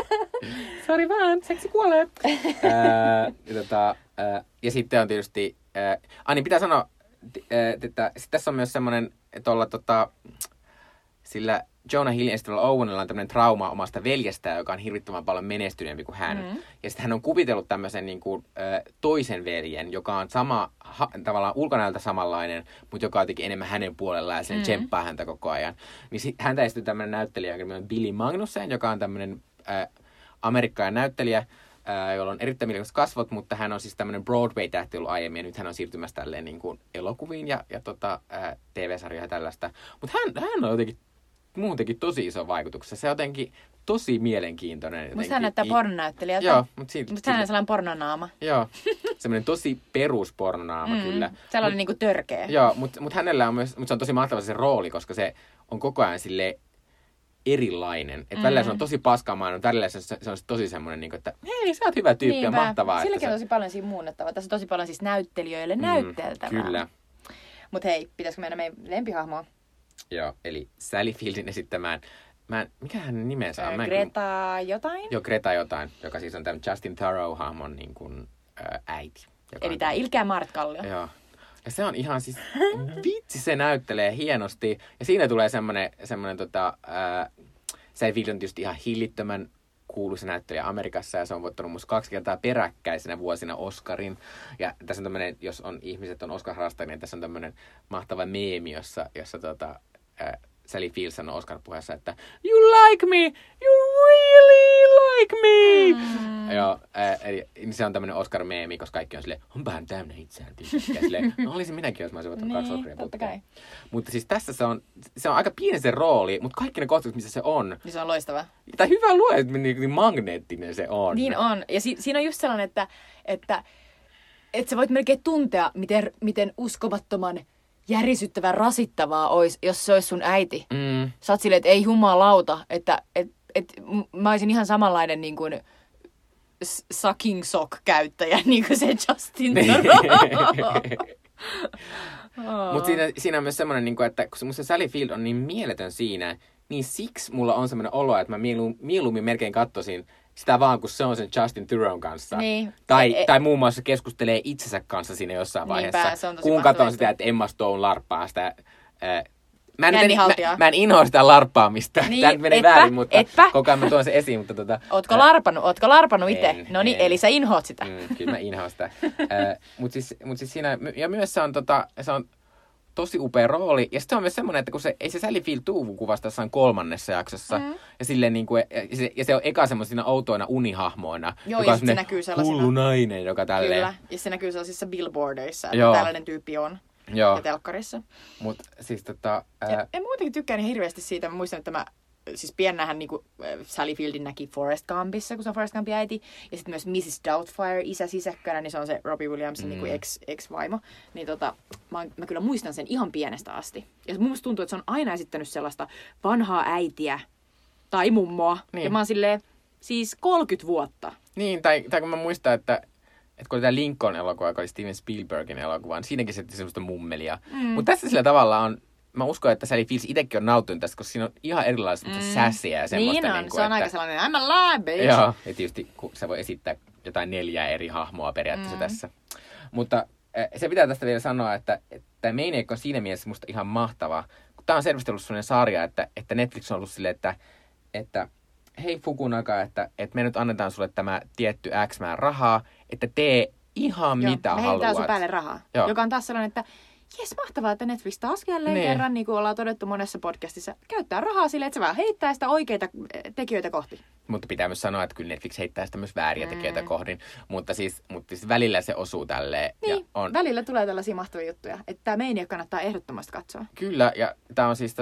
Sori vaan, seksi kuolee. Ja sitten on tietysti, niin pitää sanoa, että tässä on myös semmoinen, että sillä Jonah Hillin esittävällä Owenilla on tämmöinen trauma omasta veljestään, joka on hirvittävän paljon menestyneempi kuin hän. Ja sitten hän on kuvitellut tämmöisen niin kuin, toisen veljen, joka on tavallaan ulkonäöltä samanlainen, mutta joka on jotenkin enemmän hänen puolellaan ja sen tsemppaa häntä koko ajan. Niin häntä esityy tämmöinen näyttelijä, joka on Billy Magnussen, joka on tämmöinen amerikkalainen näyttelijä, jolla on erittäin mielenkiintoiset kasvot, mutta hän on siis tämmöinen Broadway-tähti ollut aiemmin, ja nyt hän on siirtymässä tälleen niin kuin elokuviin ja TV-sarjoja ja tällaista. Mutta hän on jotenkin muutenkin tosi iso vaikutuksessa. Se on jotenkin tosi mielenkiintoinen. Musta hän näyttää pornonäyttelijältä. Joo, mutta hän on sellainen pornonaama. Joo, semmoinen tosi peruspornonaama kyllä. Sellainen niinku törkeä. Joo, mutta hänellä on myös, se on tosi mahtava se rooli, koska se on koko ajan silleen erilainen. Että välillä se on tosi paskamainen, välillä se on tosi semmoinen, niin kuin, että hei, sä oot hyvä tyyppi ja mahtavaa. Silläkin on tosi paljon siinä muunnettavaa. Tässä on tosi paljon siis näyttelijöille näytteltävää. Kyllä. Mutta hei, pitäisikö mennä meidän lempihahmoon? Joo, eli Sally Fieldin esittämään, mikä hänen nimensä on? Greta jotain? Joo, Greta jotain, joka siis on tämän Justin Theroux-hahmon niin kuin, äiti. Eli tämä ilkeä Maaret-kallio. Joo. Ja se on ihan siis, vitsi se näyttelee hienosti. Ja siinä tulee semmoinen Sally Field on tietysti ihan hillittömän kuuluisa näyttelijä Amerikassa ja se on voittanut musta 2 kertaa peräkkäisenä vuosina Oscarin. Ja tässä on tämmöinen, jos ihmiset on Oscar-harrastajia, niin tässä on tämmöinen mahtava meemi, jossa Sally Field sanoo Oscar-puheessa, että you like me, you really take me! Joo, eli se on tämmönen Oscar-meemi, koska kaikki on silleen, onpa hän täynnä itseään. Ja silleen, no olisin minäkin, jos mä olisin ottanut 2 Oscaria putkeen. Mutta siis tässä se on aika pieni se rooli, mutta kaikki ne kohtaukset, missä se on. Niin se on loistava. Tai hyvä lue, että niin magneettinen se on. Niin on. Ja siinä on just sellainen, että sä voit melkein tuntea, miten uskomattoman järisyttävän rasittavaa olisi, jos se olisi sun äiti. Sä oot silleen, että ei jumalauta, että mä olisin ihan samanlainen niin kuin sucking sock-käyttäjä, niin kuin se Justin Theroux. Mutta siinä on myös semmoinen, että kun musta Sally Field on niin mieletön siinä, niin siksi mulla on semmoinen olo, että mä mieluummin melkein katsoisin sitä vaan, kun se on sen Justin Theroux kanssa. Niin. Tai muun muassa keskustelee itsensä kanssa siinä jossain vaiheessa. Kun katson sitä, että Emma Stone larppaa sitä... Mä en inhoa sitä larppaamista. Niin, Tämä menee väärin, mutta koko ajan mä tuon sen esiin. Mutta Ootko larpannut itse? No niin, eli sä inhoat sitä. Kyllä mä inhoan sitä. Mutta siis siinä, ja myös se on tosi upea rooli. Ja sitten on myös semmoinen, että kun ei se Sally Field tuu kuvasta jossain 3. jaksossa. Ja silleen ja se on eka semmoisina outoina unihahmoina. Joo, joka on semmoinen hullu nainen, joka tälleen. Kyllä, ja se näkyy sellaisissa billboardeissa, että tällainen tyyppi on. Joo. Ja telkkarissa. Mut siis En muutenkin tykkää niin hirveästi siitä. Mä muistan, että mä siis piennähän niinku Sally Fieldin näki Forrest Gumpissa, kun se on Forrest Gumpin äiti. Ja sitten myös Mrs. Doubtfire, isä sisäkkönä, niin se on se Robbie Williamsin niinku ex-vaimo. Niin mä kyllä muistan sen ihan pienestä asti. Ja mun musta tuntuu, että se on aina esittänyt sellaista vanhaa äitiä tai mummoa. Niin. Ja mä oon silleen, siis 30 vuotta. Niin, tai kun mä muistan, että kun oli tämä Lincoln-elokuva, joka oli Steven Spielbergin elokuva, niin siinäkin se semmoista mummelia. Mutta tässä sillä tavalla on, mä uskon, että Sally Fields itsekin on nauttunut tästä, koska siinä on ihan erilaista säsiä ja semmoista. Niin on, se on aika sellainen, I'm alive, bitch. Joo, ja tietysti kun se voi esittää jotain 4 eri hahmoa periaatteessa tässä. Mutta se pitää tästä vielä sanoa, että Maniac on siinä mielessä musta ihan mahtava. Kun tää on selvästi ollut sellainen sarja, että Netflix on ollut silleen, että hei Fukunaga, että me nyt annetaan sulle tämä tietty X määrä rahaa, että tee ihan mitä haluat. Me heitetään sun päälle rahaa. Joo. Joka on taas sellainen, että jes, mahtavaa, että Netflix taas jälleen kerran, niin kuin ollaan todettu monessa podcastissa, käyttää rahaa silleen, että se vaan heittää sitä oikeita tekijöitä kohti. Mutta pitää myös sanoa, että kyllä Netflix heittää sitä myös vääriä tekijöitä kohdin, mutta siis välillä se osuu tälleen. Niin, ja välillä tulee tällaisia mahtavia juttuja, että tämä Maniac kannattaa ehdottomasti katsoa. Kyllä, ja tämä on siis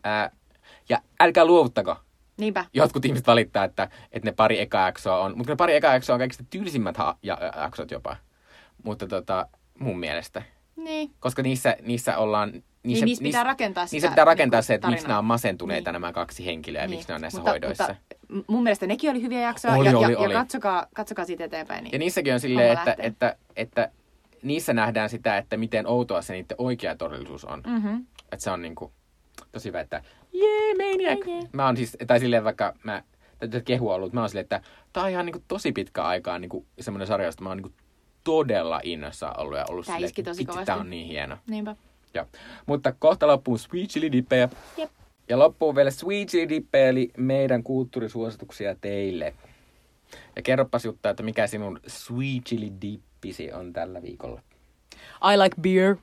ja älkää luovuttako. Niinpä. Jotkut ihmiset valittaa, että ne pari eka jaksoa on, mutta ne pari eka jaksoa on kaikista tylsimmät jaksot jopa. Mutta mun mielestä. Niin. Koska niissä ollaan... Niissä pitää rakentaa sitä. Niissä pitää rakentaa se, että miksi nämä on masentuneita nämä 2 henkilöä ja miksi ne on näissä hoidoissa. Mutta mun mielestä nekin oli hyviä jaksoja ja katsokaa siitä eteenpäin. Niin ja niissäkin on silleen, että niissä nähdään sitä, että miten outoa se niiden oikea todellisuus on. Että se on niinku tosi hyvä, että Maniac! Yeah. Mä oon siis, tai silleen vaikka mä kehua ollut, mä oon silleen, että tää on ihan niinku tosi pitkä aikaa niinku semmoinen sarja, josta mä oon niinku todella innossa ollut ja ollut silleen, että tää on niin hieno. Niinpä. Joo. Mutta kohta loppuu Sweet Chili Dippejä. Jep. Ja loppuu vielä Sweet Chili Dippejä, eli meidän kulttuurisuosituksia teille. Ja kerropas Jutta, että mikä sinun Sweet Chili Dippisi on tällä viikolla. I like beer.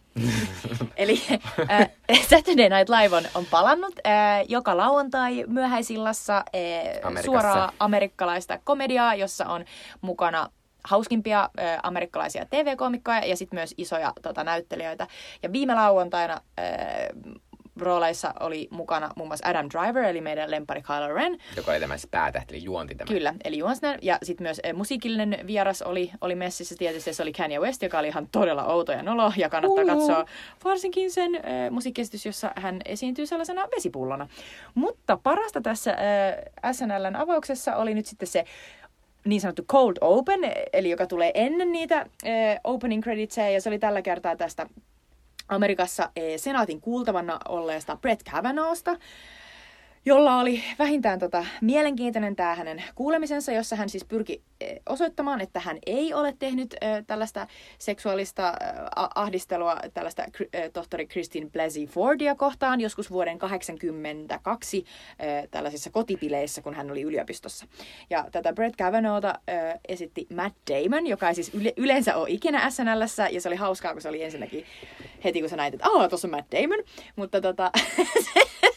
Eli Saturday Night Live on palannut joka lauantai myöhäisillassa suoraa amerikkalaista komediaa, jossa on mukana hauskimpia amerikkalaisia TV-koomikkoja ja sitten myös isoja näyttelijöitä. Ja viime lauantaina rooleissa oli mukana muun muassa Adam Driver, eli meidän lempari Kylo Ren. Joka oli tämä päätähti, eli juonti tämä. Kyllä, eli juonsi tämän. Ja sitten myös musiikillinen vieras oli messissä tietysti. Se oli Kanye West, joka oli ihan todella outo ja nolo. Ja kannattaa katsoa varsinkin sen musiikkiesitys, jossa hän esiintyy sellaisena vesipullona. Mutta parasta tässä SNL:n avauksessa oli nyt sitten se niin sanottu cold open, eli joka tulee ennen niitä opening creditsia. Ja se oli tällä kertaa tästä Amerikassa senaatin kuultavana olleesta Brett Kavanaughsta, jolla oli vähintään mielenkiintoinen tämä hänen kuulemisensa, jossa hän siis pyrki osoittamaan, että hän ei ole tehnyt tällaista seksuaalista ahdistelua tällaista tohtori Christine Blasey Fordia kohtaan joskus vuoden 1982 tällaisissa kotipileissä, kun hän oli yliopistossa. Ja tätä Brett Kavanaughta esitti Matt Damon, joka ei siis yleensä ole ikinä SNL:ssä, ja se oli hauskaa, kun se oli ensinnäkin heti, kun sä näit, että tuossa on Matt Damon, mutta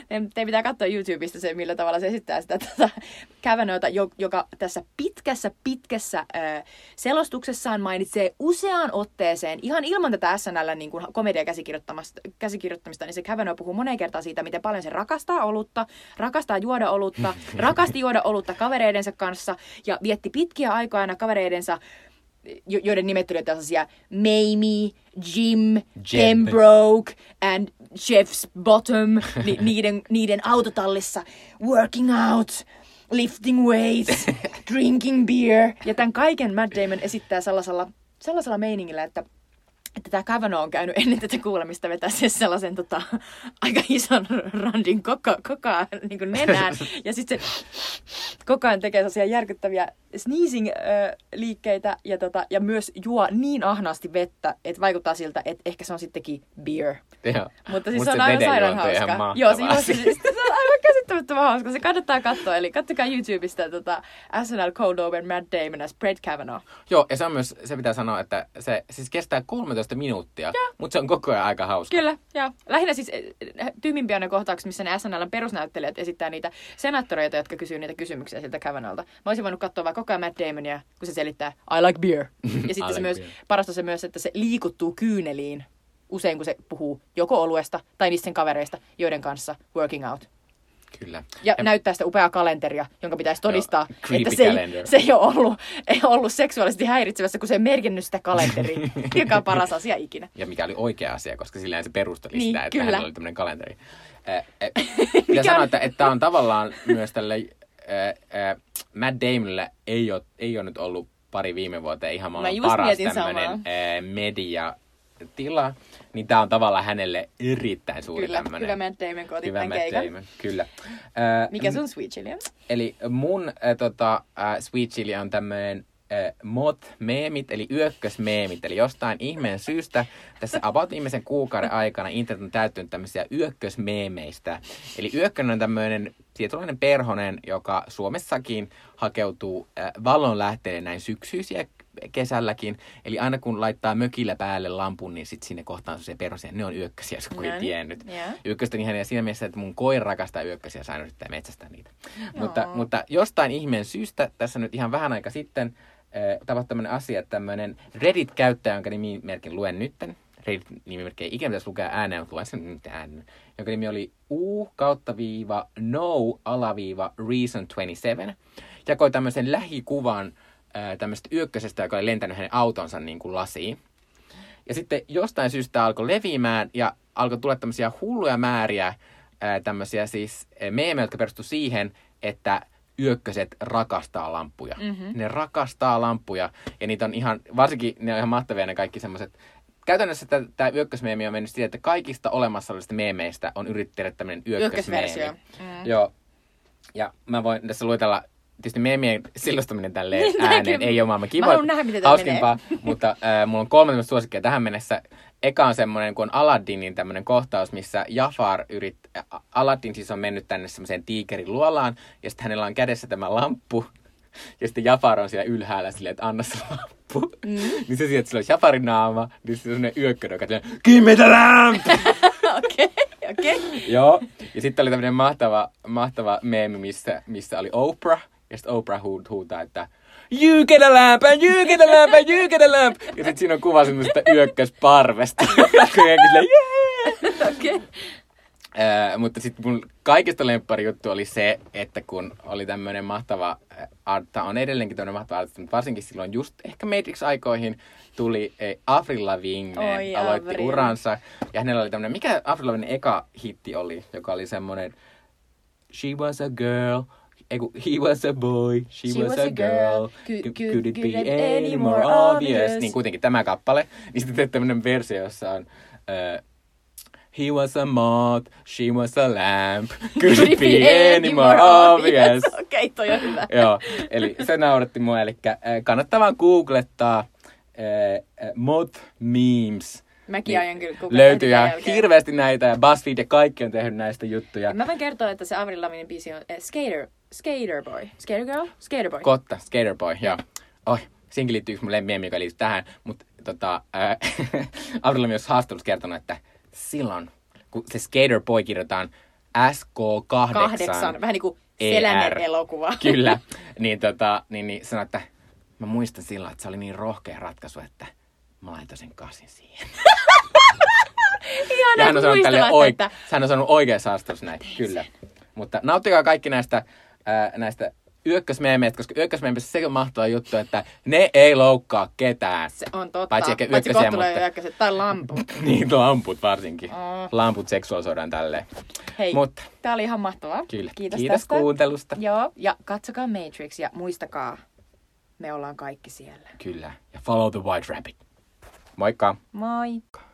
Teidän pitää katsoa YouTubesta se, millä tavalla se esittää sitä Cavanaughta, joka tässä pitkässä selostuksessaan mainitsee useaan otteeseen, ihan ilman tätä SNL niin kuin käsikirjoittamista, niin se Cavanaugh puhuu moneen kertaan siitä, miten paljon se rakastaa olutta, rakastaa juoda olutta, rakasti juoda olutta kavereidensa kanssa ja vietti pitkiä aikoja aina kavereidensa, joiden nimet tuli tällaisia Mamie, Jim, Pembroke and Chef's Bottom, niiden autotallissa, working out, lifting weights, drinking beer. Ja tämän kaiken Matt Damon esittää sellaisella meiningillä, että tämä Cavanaugh on käynyt ennen tätä kuulemista vetää sellaisen aika ison randin koko ajan niin kuin nenään. Ja sitten se koko ajan tekee sellaisia järkyttäviä sneezing-liikkeitä ja myös juo niin ahnaasti vettä, että vaikuttaa siltä, että ehkä se on sittenkin beer. Joo. Mutta siis se on aivan sairaan hauska. Joo, se on aivan käsittämättömän hauska. Se kannattaa katsoa. Eli katsokaa YouTubesta SNL Cold Open Matt Damon as Brett Kavanaugh. Joo, ja se on myös, se pitää sanoa, että se siis kestää 13 minuuttia, mutta se on koko ajan aika hauska. Kyllä, joo. Lähinnä siis tyhmimpiä on ne kohtaukset, missä ne SNL:n perusnäyttelijät esittää niitä senaattoreita, jotka kysyy niitä kysymyksiä siltä Cavanaughta. Mä olisin voinut katsoa vaan koko ajan Matt Damonia, kun se selittää I like beer. Ja sitten se myös, parasta se myös, että se liikuttuu kyyneliin usein, kun se puhuu joko oluesta tai niistä sen kavereista, joiden kanssa working out. Kyllä. Ja näyttää sitä upeaa kalenteria, jonka pitäisi todistaa, että se ei ole ollut seksuaalisesti häiritsevässä, kun se ei merkinnyt sitä kalenteria, joka on paras asia ikinä. Ja mikä oli oikea asia, koska silleen se perusteli niin, sitä, että kyllä. hän oli tämmöinen kalenteri. Pitää sanoa, että tämä on tavallaan myös tälle Matt Damonille ei ole nyt ollut pari viime vuoteen ihan maailman paras tämmöinen mediatila. Niin tää on tavallaan hänelle erittäin suuri tämmönen. Hyvä Matt Damon, kun otit tämän keikan. Damon, kyllä. Mikä sun sweet chili on? Eli mun sweet chili on tämmönen moth-meemit, eli yökkösmeemit. Eli jostain ihmeen syystä tässä about viimeisen kuukauden aikana internet on täyttynyt tämmöisiä yökkösmeemeistä. Eli yökkönen on tämmöinen tietynlainen perhonen, joka Suomessakin hakeutuu valonlähteille näin syksyisiä kesälläkin. Eli aina kun laittaa mökillä päälle lampun, niin sitten sinne kohtaan se perhosia. Ne on yökkösiä, jos ei tiennyt. Yeah. Yökköset on ihania siinä mielessä, että mun koira rakastaa yökkösiä ja sain yrittää metsästää niitä. Mutta jostain ihmeen syystä, tässä nyt ihan vähän aika sitten, tapahtui tämmöinen asia, että tämmöinen Reddit-käyttäjä, jonka nimimerkin luen nytten. Reddit-nimimerkki ei ikinä pitäisi lukea ääneen, mutta luen sen nyt ääneen. Jonka nimi oli U/no_reason27. Jakoi tämmöisen lähikuvan tämmöistä yökkösestä, joka oli lentänyt hänen autonsa niin kuin lasiin. Ja sitten jostain syystä alkoi leviämään ja alkoi tulla tämmöisiä hulluja määriä tämmöisiä siis meemejä, jotka perustu siihen, että yökköset rakastaa lamppuja. Mm-hmm. Ne rakastaa lamppuja ja niitä on ihan, varsinkin ne on ihan mahtavia ne kaikki semmoiset. Käytännössä tämä yökkösmeemi on mennyt siihen, että kaikista olemassa olevista meemeistä on yritetty tehdä tämmöinen yökkösmeemi. Joo. Ja mä voin tässä luetella. Tietysti meemien silostaminen tälleen ääneen ei ole maailman hauskimpaa, mutta mulla on 3 suosikkia tähän mennessä. Eka on semmoinen, kun on Aladdinin tämmöinen kohtaus, missä Jafar Aladdin siis on mennyt tänne semmoiseen tiikerin luolaan, ja sitten hänellä on kädessä tämä lamppu, ja sitten Jafar on siellä ylhäällä silleen, että anna se lamppu. Niin se sieltä sillä on Jafarin naama, niin se on semmoinen yökkö, joka silleen, give me the lamp! Okei. Joo, ja sitten oli tämmöinen mahtava meemi, missä oli Oprah. Ja sitten Oprah huutaa, että you get a lamp, and you get a lamp, and you get a lamp. Ja sitten siinä on kuva semmoisesta yökkösparvesta. Okei. Mutta sitten mun kaikista lemppari juttu oli se, että kun oli tämmöinen mahtava on edelleenkin tämmöinen mahtava artisti, mutta varsinkin silloin just ehkä Matrix-aikoihin tuli Avril Lavigne, aloitti uransa. Ja hänellä oli tämmöinen, mikä Avril Lavignen eka hitti oli, joka oli semmoinen She was a girl. He was a boy, she was a girl, could it be any more obvious? Niin kuitenkin tämä kappale. Niin sitten teet tämmönen versio, jossa on he was a moth, she was a lamp, could it be any more obvious? Okei, toi on hyvä. Joo, eli se nauratti mua. Eli kannattaa vaan googlettaa moth memes. Mäkin aion kyllä googlettaa. Löytyy ihan hirveästi näitä ja BuzzFeed ja kaikki on tehnyt näistä juttuja. Mä voin kertoa, että se Avril Lavignen biisi on Skater Boy. Skater Girl? Skater Boy. Kotta, Skater Boy, joo. Siinkin liittyy yksi mun lemmiemi, joka liittyy tähän. Mutta Avril Lavigne on haastattelussa kertonut, että silloin, kun se Skater Boy kirjoitetaan SK8. 8, vähän niin kuin Selänen elokuva. Kyllä. Niin sanoi, että mä muistan silloin, että se oli niin rohkea ratkaisu, että mä laitoin sen 8 siihen. Ihan, että muistavat, että... Hän on sanonut oikeassa astelussa näin, kyllä. Mutta nauttikaa kaikki näistä yökkösmeemeistä, koska yökkösmeemeissä se on mahtava juttu, että ne ei loukkaa ketään. Se on totta. Paitsi kohtuullinen yökköset tai lamput. Niin, lamput varsinkin. Lamput seksuaalisoidaan tälleen. Hei, tää oli ihan mahtavaa. Kyllä. Kiitos tästä. Kuuntelusta. Joo, ja katsokaa Matrix ja muistakaa, me ollaan kaikki siellä. Kyllä. Ja follow the white rabbit. Moikka. Moi.